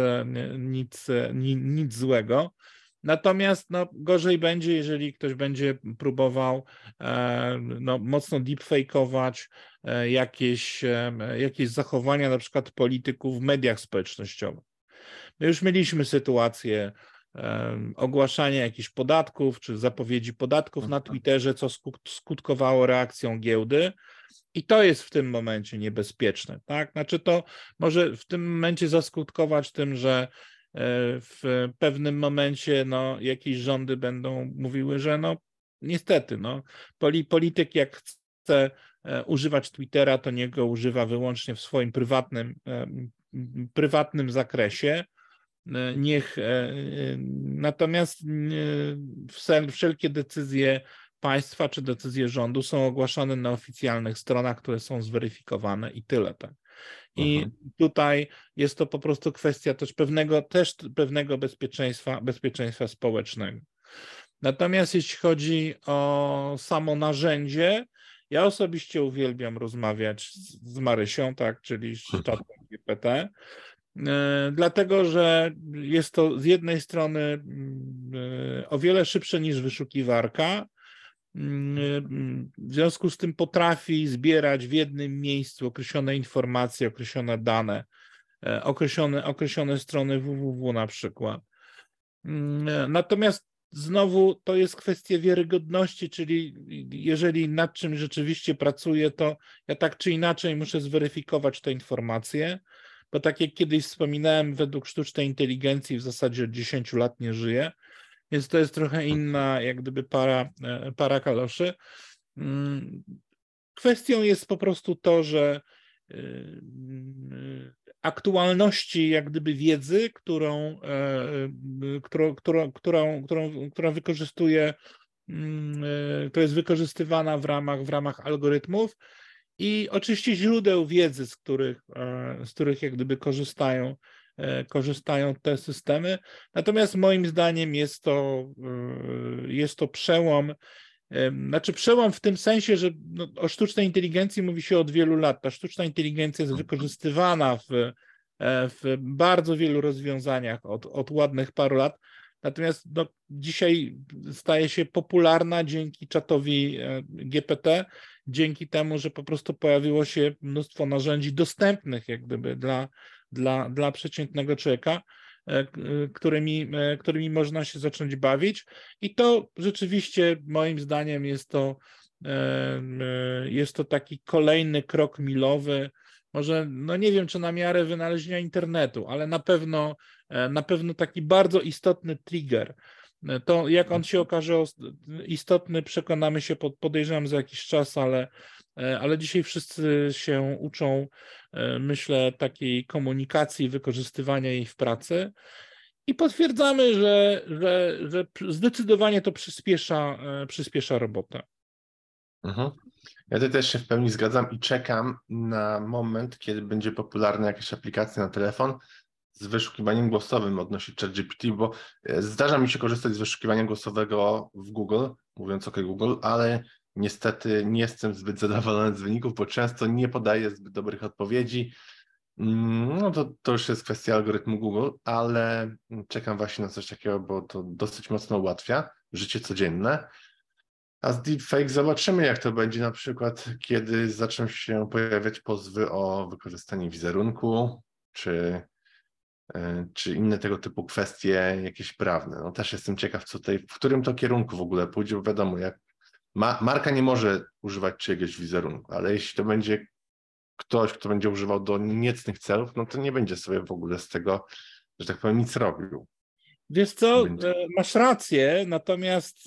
nic złego. Natomiast no, gorzej będzie, jeżeli ktoś będzie próbował mocno deepfake'ować jakieś zachowania na przykład polityków w mediach społecznościowych. My już mieliśmy sytuację ogłaszania jakichś podatków czy zapowiedzi podatków na Twitterze, co skutkowało reakcją giełdy. I to jest w tym momencie niebezpieczne. Tak? Znaczy to może w tym momencie zaskutkować tym, że w pewnym momencie jakieś rządy będą mówiły, że niestety polityk jak chce używać Twittera, to niech go używa wyłącznie w swoim prywatnym zakresie. Natomiast wszelkie decyzje państwa czy decyzje rządu są ogłaszane na oficjalnych stronach, które są zweryfikowane i tyle. Tak. I tutaj jest to po prostu kwestia też pewnego bezpieczeństwa społecznego. Natomiast jeśli chodzi o samo narzędzie, ja osobiście uwielbiam rozmawiać z Marysią, tak, czyli z czatem GPT, dlatego że jest to z jednej strony o wiele szybsze niż wyszukiwarka, w związku z tym potrafi zbierać w jednym miejscu określone informacje, określone dane, określone strony www na przykład. Natomiast znowu to jest kwestia wiarygodności, czyli jeżeli nad czymś rzeczywiście pracuję, to ja tak czy inaczej muszę zweryfikować te informacje, bo tak jak kiedyś wspominałem, według sztucznej inteligencji w zasadzie od 10 lat nie żyje, więc to jest trochę inna jak gdyby para kaloszy. Kwestią jest po prostu to, że aktualności jak gdyby wiedzy, która wykorzystuje, która jest wykorzystywana w ramach algorytmów i oczywiście źródeł wiedzy, z których jak gdyby korzystają te systemy. Natomiast moim zdaniem jest to przełom, znaczy przełom w tym sensie, że o sztucznej inteligencji mówi się od wielu lat. Ta sztuczna inteligencja jest wykorzystywana w bardzo wielu rozwiązaniach od ładnych paru lat. Natomiast dzisiaj staje się popularna dzięki czatowi GPT, dzięki temu, że po prostu pojawiło się mnóstwo narzędzi dostępnych jak gdyby dla przeciętnego człowieka, którymi można się zacząć bawić. I to rzeczywiście moim zdaniem jest to taki kolejny krok milowy. Może, nie wiem, czy na miarę wynalezienia internetu, ale na pewno taki bardzo istotny trigger. To jak on się okaże istotny, przekonamy się, podejrzewam, za jakiś czas, ale dzisiaj wszyscy się uczą, myślę, takiej komunikacji, wykorzystywania jej w pracy i potwierdzamy, że zdecydowanie to przyspiesza robotę. Ja tutaj też się w pełni zgadzam i czekam na moment, kiedy będzie popularna jakaś aplikacja na telefon z wyszukiwaniem głosowym odnośnie ChatGPT, bo zdarza mi się korzystać z wyszukiwania głosowego w Google, mówiąc OK Google, ale niestety nie jestem zbyt zadowolony z wyników, bo często nie podaje zbyt dobrych odpowiedzi. To już jest kwestia algorytmu Google, ale czekam właśnie na coś takiego, bo to dosyć mocno ułatwia życie codzienne. A z deepfake zobaczymy, jak to będzie na przykład, kiedy zaczną się pojawiać pozwy o wykorzystanie wizerunku, czy czy inne tego typu kwestie jakieś prawne. No też jestem ciekaw, w którym to kierunku w ogóle pójdzie, bo wiadomo, jak marka nie może używać czyjegoś wizerunku, ale jeśli to będzie ktoś, kto będzie używał do niecnych celów, no to nie będzie sobie w ogóle z tego, że tak powiem, nic robił. Wiesz co, masz rację, natomiast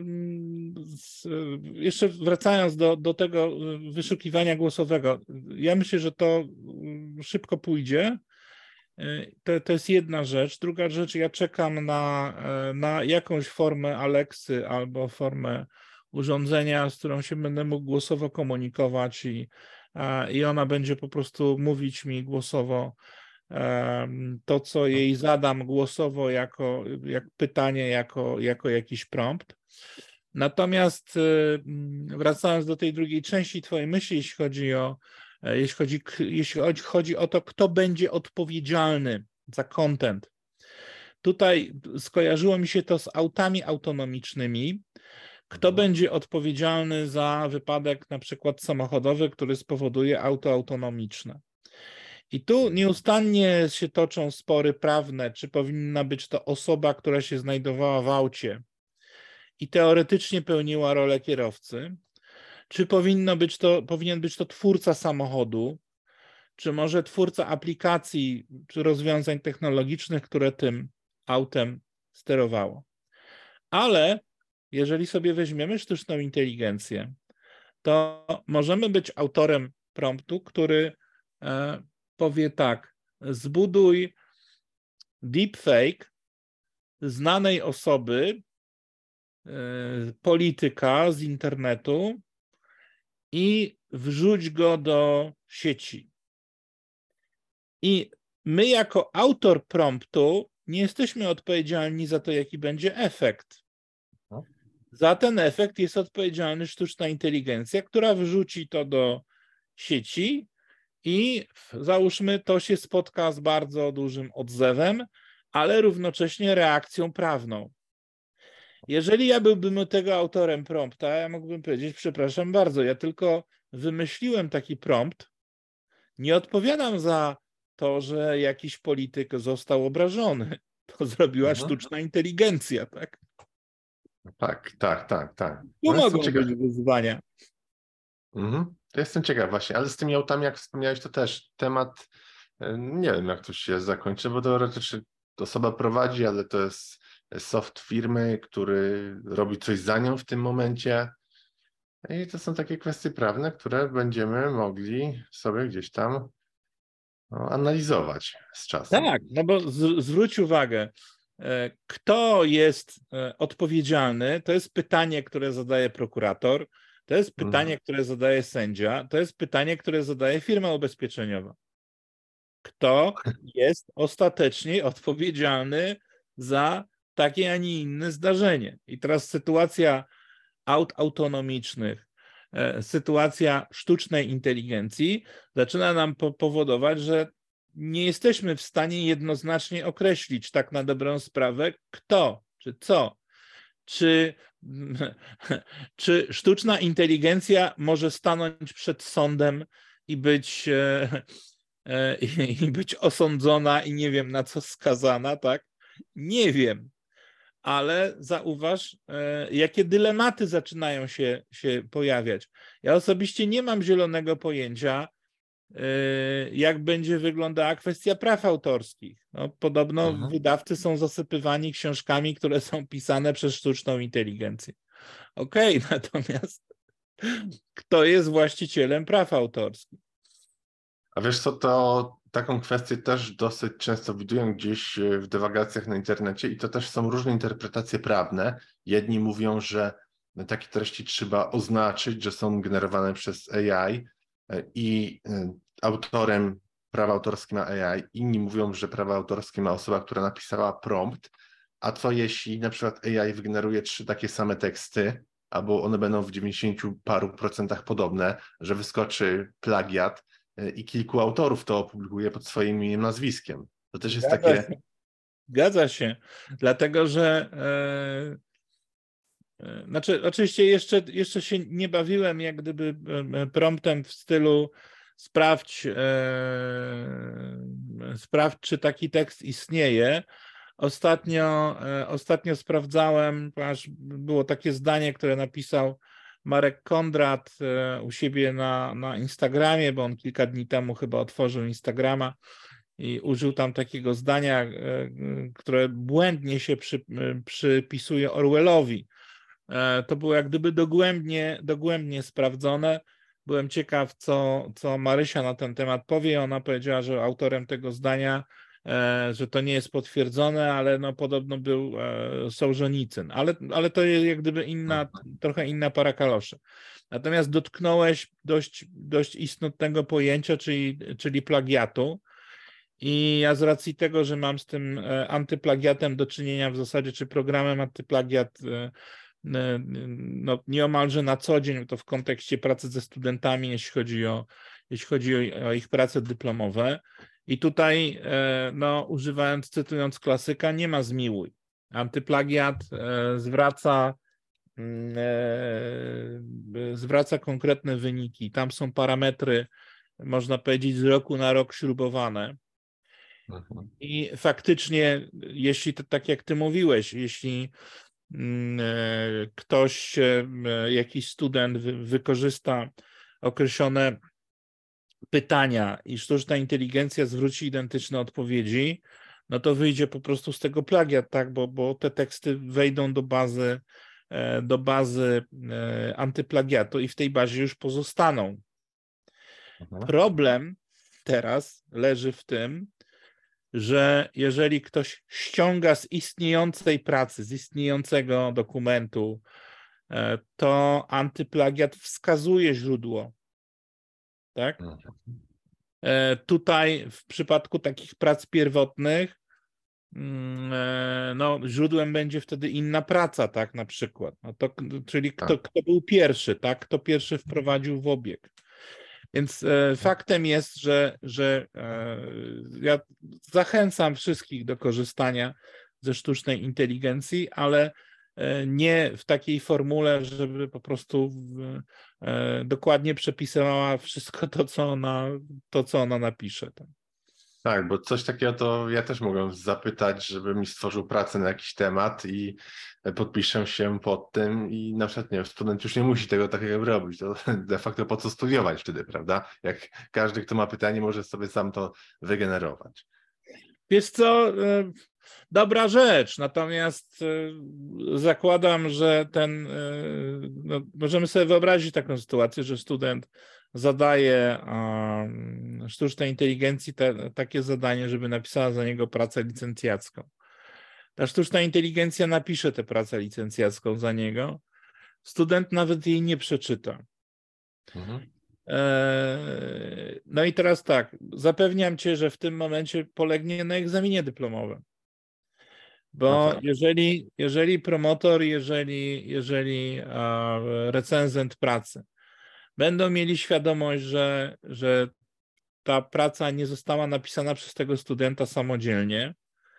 jeszcze wracając do tego wyszukiwania głosowego, ja myślę, że to szybko pójdzie. To jest jedna rzecz. Druga rzecz, ja czekam na jakąś formę Alexy albo formę urządzenia, z którą się będę mógł głosowo komunikować i ona będzie po prostu mówić mi głosowo to, co jej zadam głosowo jak pytanie, jako jakiś prompt. Natomiast wracając do tej drugiej części twojej myśli, jeśli chodzi o to, kto będzie odpowiedzialny za content. Tutaj skojarzyło mi się to z autami autonomicznymi. Kto będzie odpowiedzialny za wypadek na przykład samochodowy, który spowoduje auto autonomiczne? I tu nieustannie się toczą spory prawne, czy powinna być to osoba, która się znajdowała w aucie i teoretycznie pełniła rolę kierowcy, czy powinien być to twórca samochodu, czy może twórca aplikacji, czy rozwiązań technologicznych, które tym autem sterowało. Ale jeżeli sobie weźmiemy sztuczną inteligencję, to możemy być autorem promptu, który powie tak: zbuduj deepfake znanej osoby, polityka z internetu i wrzuć go do sieci. I my jako autor promptu nie jesteśmy odpowiedzialni za to, jaki będzie efekt. Za ten efekt jest odpowiedzialna sztuczna inteligencja, która wrzuci to do sieci i załóżmy, to się spotka z bardzo dużym odzewem, ale równocześnie reakcją prawną. Jeżeli ja byłbym tego autorem prompta, ja mógłbym powiedzieć: przepraszam bardzo, ja tylko wymyśliłem taki prompt, nie odpowiadam za to, że jakiś polityk został obrażony. To zrobiła sztuczna inteligencja, tak? Tak. Tu No mogą być wyzwania. To jestem ciekaw właśnie, ale z tymi autami, jak wspomniałeś, to też temat, nie wiem, jak to się zakończy, bo teoretycznie osoba prowadzi, ale to jest soft firmy, który robi coś za nią w tym momencie. I to są takie kwestie prawne, które będziemy mogli sobie gdzieś tam analizować z czasem. Tak, no bo zwróć uwagę, kto jest odpowiedzialny, to jest pytanie, które zadaje prokurator, to jest pytanie, które zadaje sędzia, to jest pytanie, które zadaje firma ubezpieczeniowa. Kto jest ostatecznie odpowiedzialny za takie, a nie inne zdarzenie? I teraz sytuacja aut autonomicznych, sytuacja sztucznej inteligencji zaczyna nam powodować, że nie jesteśmy w stanie jednoznacznie określić tak na dobrą sprawę, kto czy co. Czy sztuczna inteligencja może stanąć przed sądem i być osądzona i nie wiem na co skazana, tak? Nie wiem. Ale zauważ, jakie dylematy zaczynają się pojawiać. Ja osobiście nie mam zielonego pojęcia, jak będzie wyglądała kwestia praw autorskich. No, podobno wydawcy są zasypywani książkami, które są pisane przez sztuczną inteligencję. Okej, natomiast kto jest właścicielem praw autorskich? A wiesz co, to taką kwestię też dosyć często widuję gdzieś w dywagacjach na internecie i to też są różne interpretacje prawne. Jedni mówią, że takie treści trzeba oznaczyć, że są generowane przez AI i autorem prawa autorskie ma AI. Inni mówią, że prawa autorskie ma osoba, która napisała prompt. A co jeśli na przykład AI wygeneruje 3 takie same teksty, albo one będą w 90 paru procentach podobne, że wyskoczy plagiat i kilku autorów to opublikuje pod swoim imieniem, nazwiskiem. To też jest takie... Zgadza się, dlatego że znaczy oczywiście jeszcze się nie bawiłem jak gdyby promptem w stylu sprawdź sprawdź, czy taki tekst istnieje. Ostatnio sprawdzałem, ponieważ było takie zdanie, które napisał Marek Kondrat u siebie na Instagramie, bo on kilka dni temu chyba otworzył Instagrama i użył tam takiego zdania, które błędnie się przypisuje Orwellowi. To było jak gdyby dogłębnie sprawdzone. Byłem ciekaw, co Marysia na ten temat powie. Ona powiedziała, że autorem tego zdania, że to nie jest potwierdzone, ale no podobno był Sołżenicyn. Ale to jest jak gdyby trochę inna para kaloszy. Natomiast dotknąłeś dość istotnego pojęcia, czyli plagiatu. I ja z racji tego, że mam z tym antyplagiatem do czynienia w zasadzie, czy programem antyplagiat no, nieomalże na co dzień, to w kontekście pracy ze studentami, jeśli chodzi o ich prace dyplomowe. I tutaj, no, cytując klasyka, nie ma zmiłuj. Antyplagiat zwraca konkretne wyniki. Tam są parametry, można powiedzieć, z roku na rok śrubowane. I faktycznie, jeśli to tak jak ty mówiłeś, jeśli ktoś, jakiś student wykorzysta określone pytania i sztuczna inteligencja zwróci identyczne odpowiedzi, no to wyjdzie po prostu z tego plagiat, tak? Bo te teksty wejdą do bazy antyplagiatu i w tej bazie już pozostaną. Problem teraz leży w tym, że jeżeli ktoś ściąga z istniejącej pracy, z istniejącego dokumentu, to antyplagiat wskazuje źródło. Tak? Tutaj w przypadku takich prac pierwotnych, no, źródłem będzie wtedy inna praca, tak, na przykład. No to, czyli kto był pierwszy, tak? Kto pierwszy wprowadził w obieg. Więc faktem jest, że ja zachęcam wszystkich do korzystania ze sztucznej inteligencji, ale nie w takiej formule, żeby po prostu dokładnie przepisywała wszystko to, co ona napisze. Tak, bo coś takiego to ja też mogę zapytać, żeby mi stworzył pracę na jakiś temat i podpiszę się pod tym i na przykład, nie wiem, student już nie musi tego takiego robić, to de facto po co studiować wtedy, prawda? Jak każdy, kto ma pytanie, może sobie sam to wygenerować. Wiesz co, dobra rzecz, natomiast zakładam, że no, możemy sobie wyobrazić taką sytuację, że student zadaje sztucznej inteligencji takie zadanie, żeby napisała za niego pracę licencjacką. Ta sztuczna inteligencja napisze tę pracę licencjacką za niego, student nawet jej nie przeczyta. No i teraz tak, zapewniam cię, że w tym momencie polegnie na egzaminie dyplomowym. Bo jeżeli promotor, jeżeli recenzent pracy będą mieli świadomość, że ta praca nie została napisana przez tego studenta samodzielnie,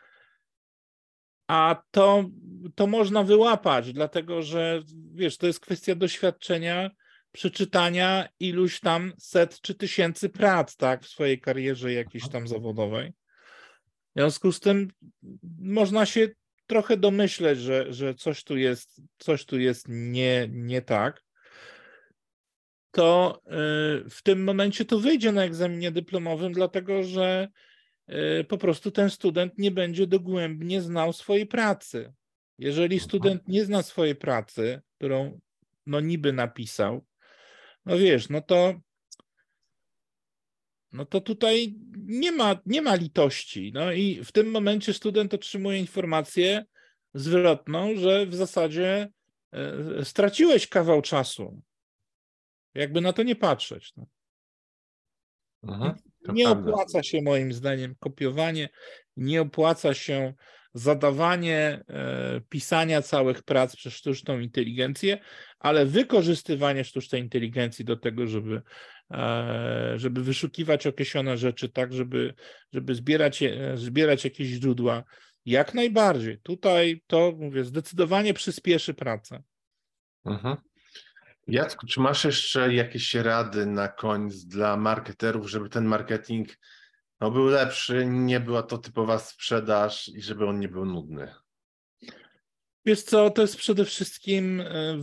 a to można wyłapać, dlatego że wiesz, to jest kwestia doświadczenia, przeczytania iluś tam set czy tysięcy prac, tak, w swojej karierze jakiejś tam zawodowej. W związku z tym można się trochę domyśleć, że coś tu jest nie tak. To w tym momencie to wyjdzie na egzaminie dyplomowym, dlatego że po prostu ten student nie będzie dogłębnie znał swojej pracy. Jeżeli student nie zna swojej pracy, którą no niby napisał, no wiesz, no to tutaj nie ma litości. No i w tym momencie student otrzymuje informację zwrotną, że w zasadzie straciłeś kawał czasu. Jakby na to nie patrzeć. No. Nie opłaca się moim zdaniem kopiowanie, nie opłaca się zadawanie, pisania całych prac przez sztuczną inteligencję, ale wykorzystywanie sztucznej inteligencji do tego, żeby wyszukiwać określone rzeczy, tak, żeby zbierać jakieś źródła, jak najbardziej. Tutaj to, mówię, zdecydowanie przyspieszy pracę. Jacku, czy masz jeszcze jakieś rady na koniec dla marketerów, żeby ten marketing No, był lepszy, nie była to typowa sprzedaż i żeby on nie był nudny. Wiesz co, to jest przede wszystkim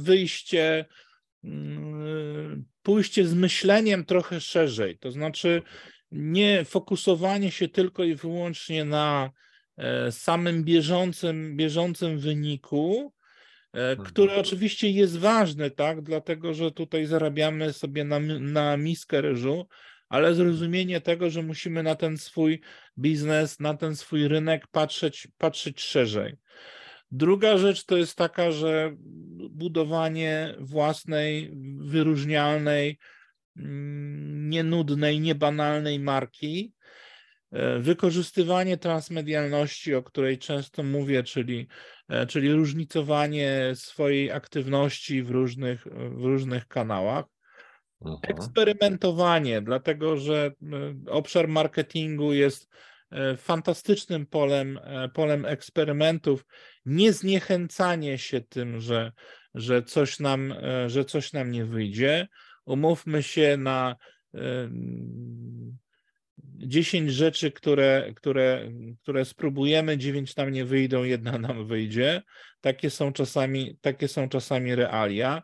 pójście z myśleniem trochę szerzej, to znaczy nie fokusowanie się tylko i wyłącznie na samym bieżącym wyniku, który oczywiście jest ważny, tak, dlatego że tutaj zarabiamy sobie na miskę ryżu, ale zrozumienie tego, że musimy na ten swój biznes, na ten swój rynek patrzeć szerzej. Druga rzecz to jest taka, że budowanie własnej, wyróżnialnej, nienudnej, niebanalnej marki, wykorzystywanie transmedialności, o której często mówię, czyli różnicowanie swojej aktywności w różnych kanałach, eksperymentowanie, dlatego że obszar marketingu jest fantastycznym polem eksperymentów, nie zniechęcanie się tym, że coś nam nie wyjdzie. Umówmy się na 10 rzeczy, które spróbujemy, 9 nam nie wyjdą, 1 nam wyjdzie. Takie są czasami realia.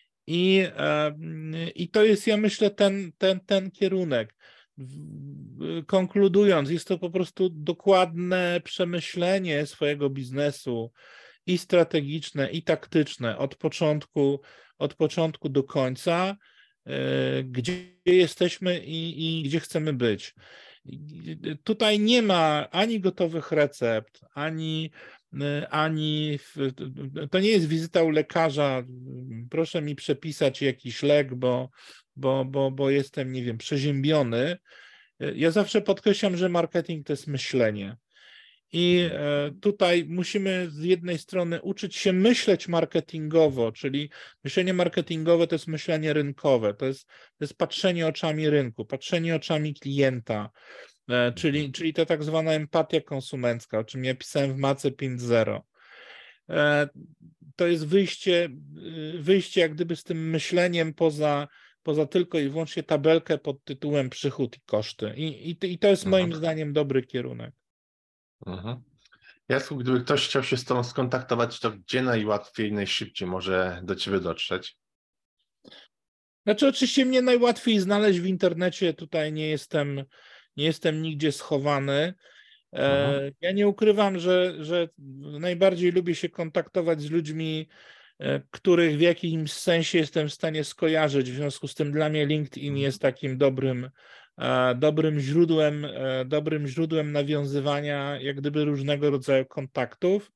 I to jest, ja myślę, ten kierunek. Konkludując, jest to po prostu dokładne przemyślenie swojego biznesu i strategiczne, i taktyczne od początku do końca, gdzie jesteśmy i gdzie chcemy być. Tutaj nie ma ani gotowych recept, to nie jest wizyta u lekarza, proszę mi przepisać jakiś lek, bo jestem, nie wiem, przeziębiony. Ja zawsze podkreślam, że marketing to jest myślenie. I tutaj musimy z jednej strony uczyć się myśleć marketingowo, czyli myślenie marketingowe to jest myślenie rynkowe, to jest patrzenie oczami rynku, patrzenie oczami klienta, czyli to tak zwana empatia konsumencka, o czym ja pisałem w Mace 5.0. To jest wyjście jak gdyby z tym myśleniem poza tylko i wyłącznie tabelkę pod tytułem przychód i koszty. I to jest moim zdaniem dobry kierunek. Jacku, gdyby ktoś chciał się z Tobą skontaktować, to gdzie najłatwiej, najszybciej może do Ciebie dotrzeć? Znaczy, oczywiście mnie najłatwiej znaleźć w internecie, tutaj nie jestem nigdzie schowany. Ja nie ukrywam, że najbardziej lubię się kontaktować z ludźmi, których w jakimś sensie jestem w stanie skojarzyć. W związku z tym dla mnie LinkedIn jest takim dobrym źródłem nawiązywania jak gdyby różnego rodzaju kontaktów.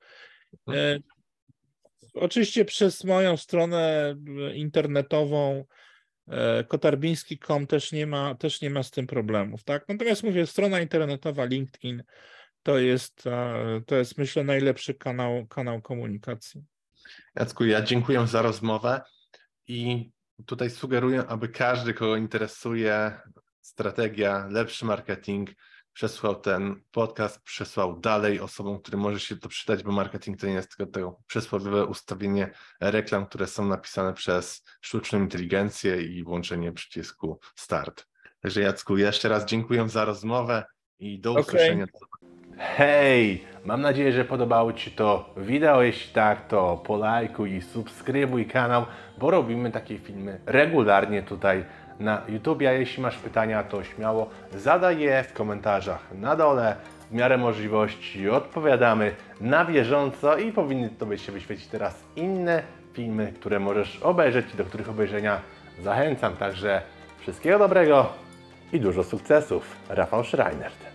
Oczywiście przez moją stronę internetową kotarbiński.com też nie ma z tym problemów, tak? Natomiast mówię, strona internetowa LinkedIn to jest myślę najlepszy kanał komunikacji. Jacku, ja dziękuję za rozmowę i tutaj sugeruję, aby każdy, kogo interesuje strategia, lepszy marketing, przesłał ten podcast, przesłał dalej osobom, którym może się to przydać, bo marketing to nie jest tylko to przysłowiowe ustawienie reklam, które są napisane przez sztuczną inteligencję i włączenie przycisku start. Także Jacku, jeszcze raz dziękuję za rozmowę i do usłyszenia. Hej! Mam nadzieję, że podobało Ci to wideo. Jeśli tak, to polajkuj i subskrybuj kanał, bo robimy takie filmy regularnie tutaj na YouTube. A jeśli masz pytania, to śmiało zadaj je w komentarzach na dole. W miarę możliwości odpowiadamy na bieżąco i powinny Tobie się wyświecić teraz inne filmy, które możesz obejrzeć i do których obejrzenia zachęcam. Także wszystkiego dobrego i dużo sukcesów. Rafał Schreiner.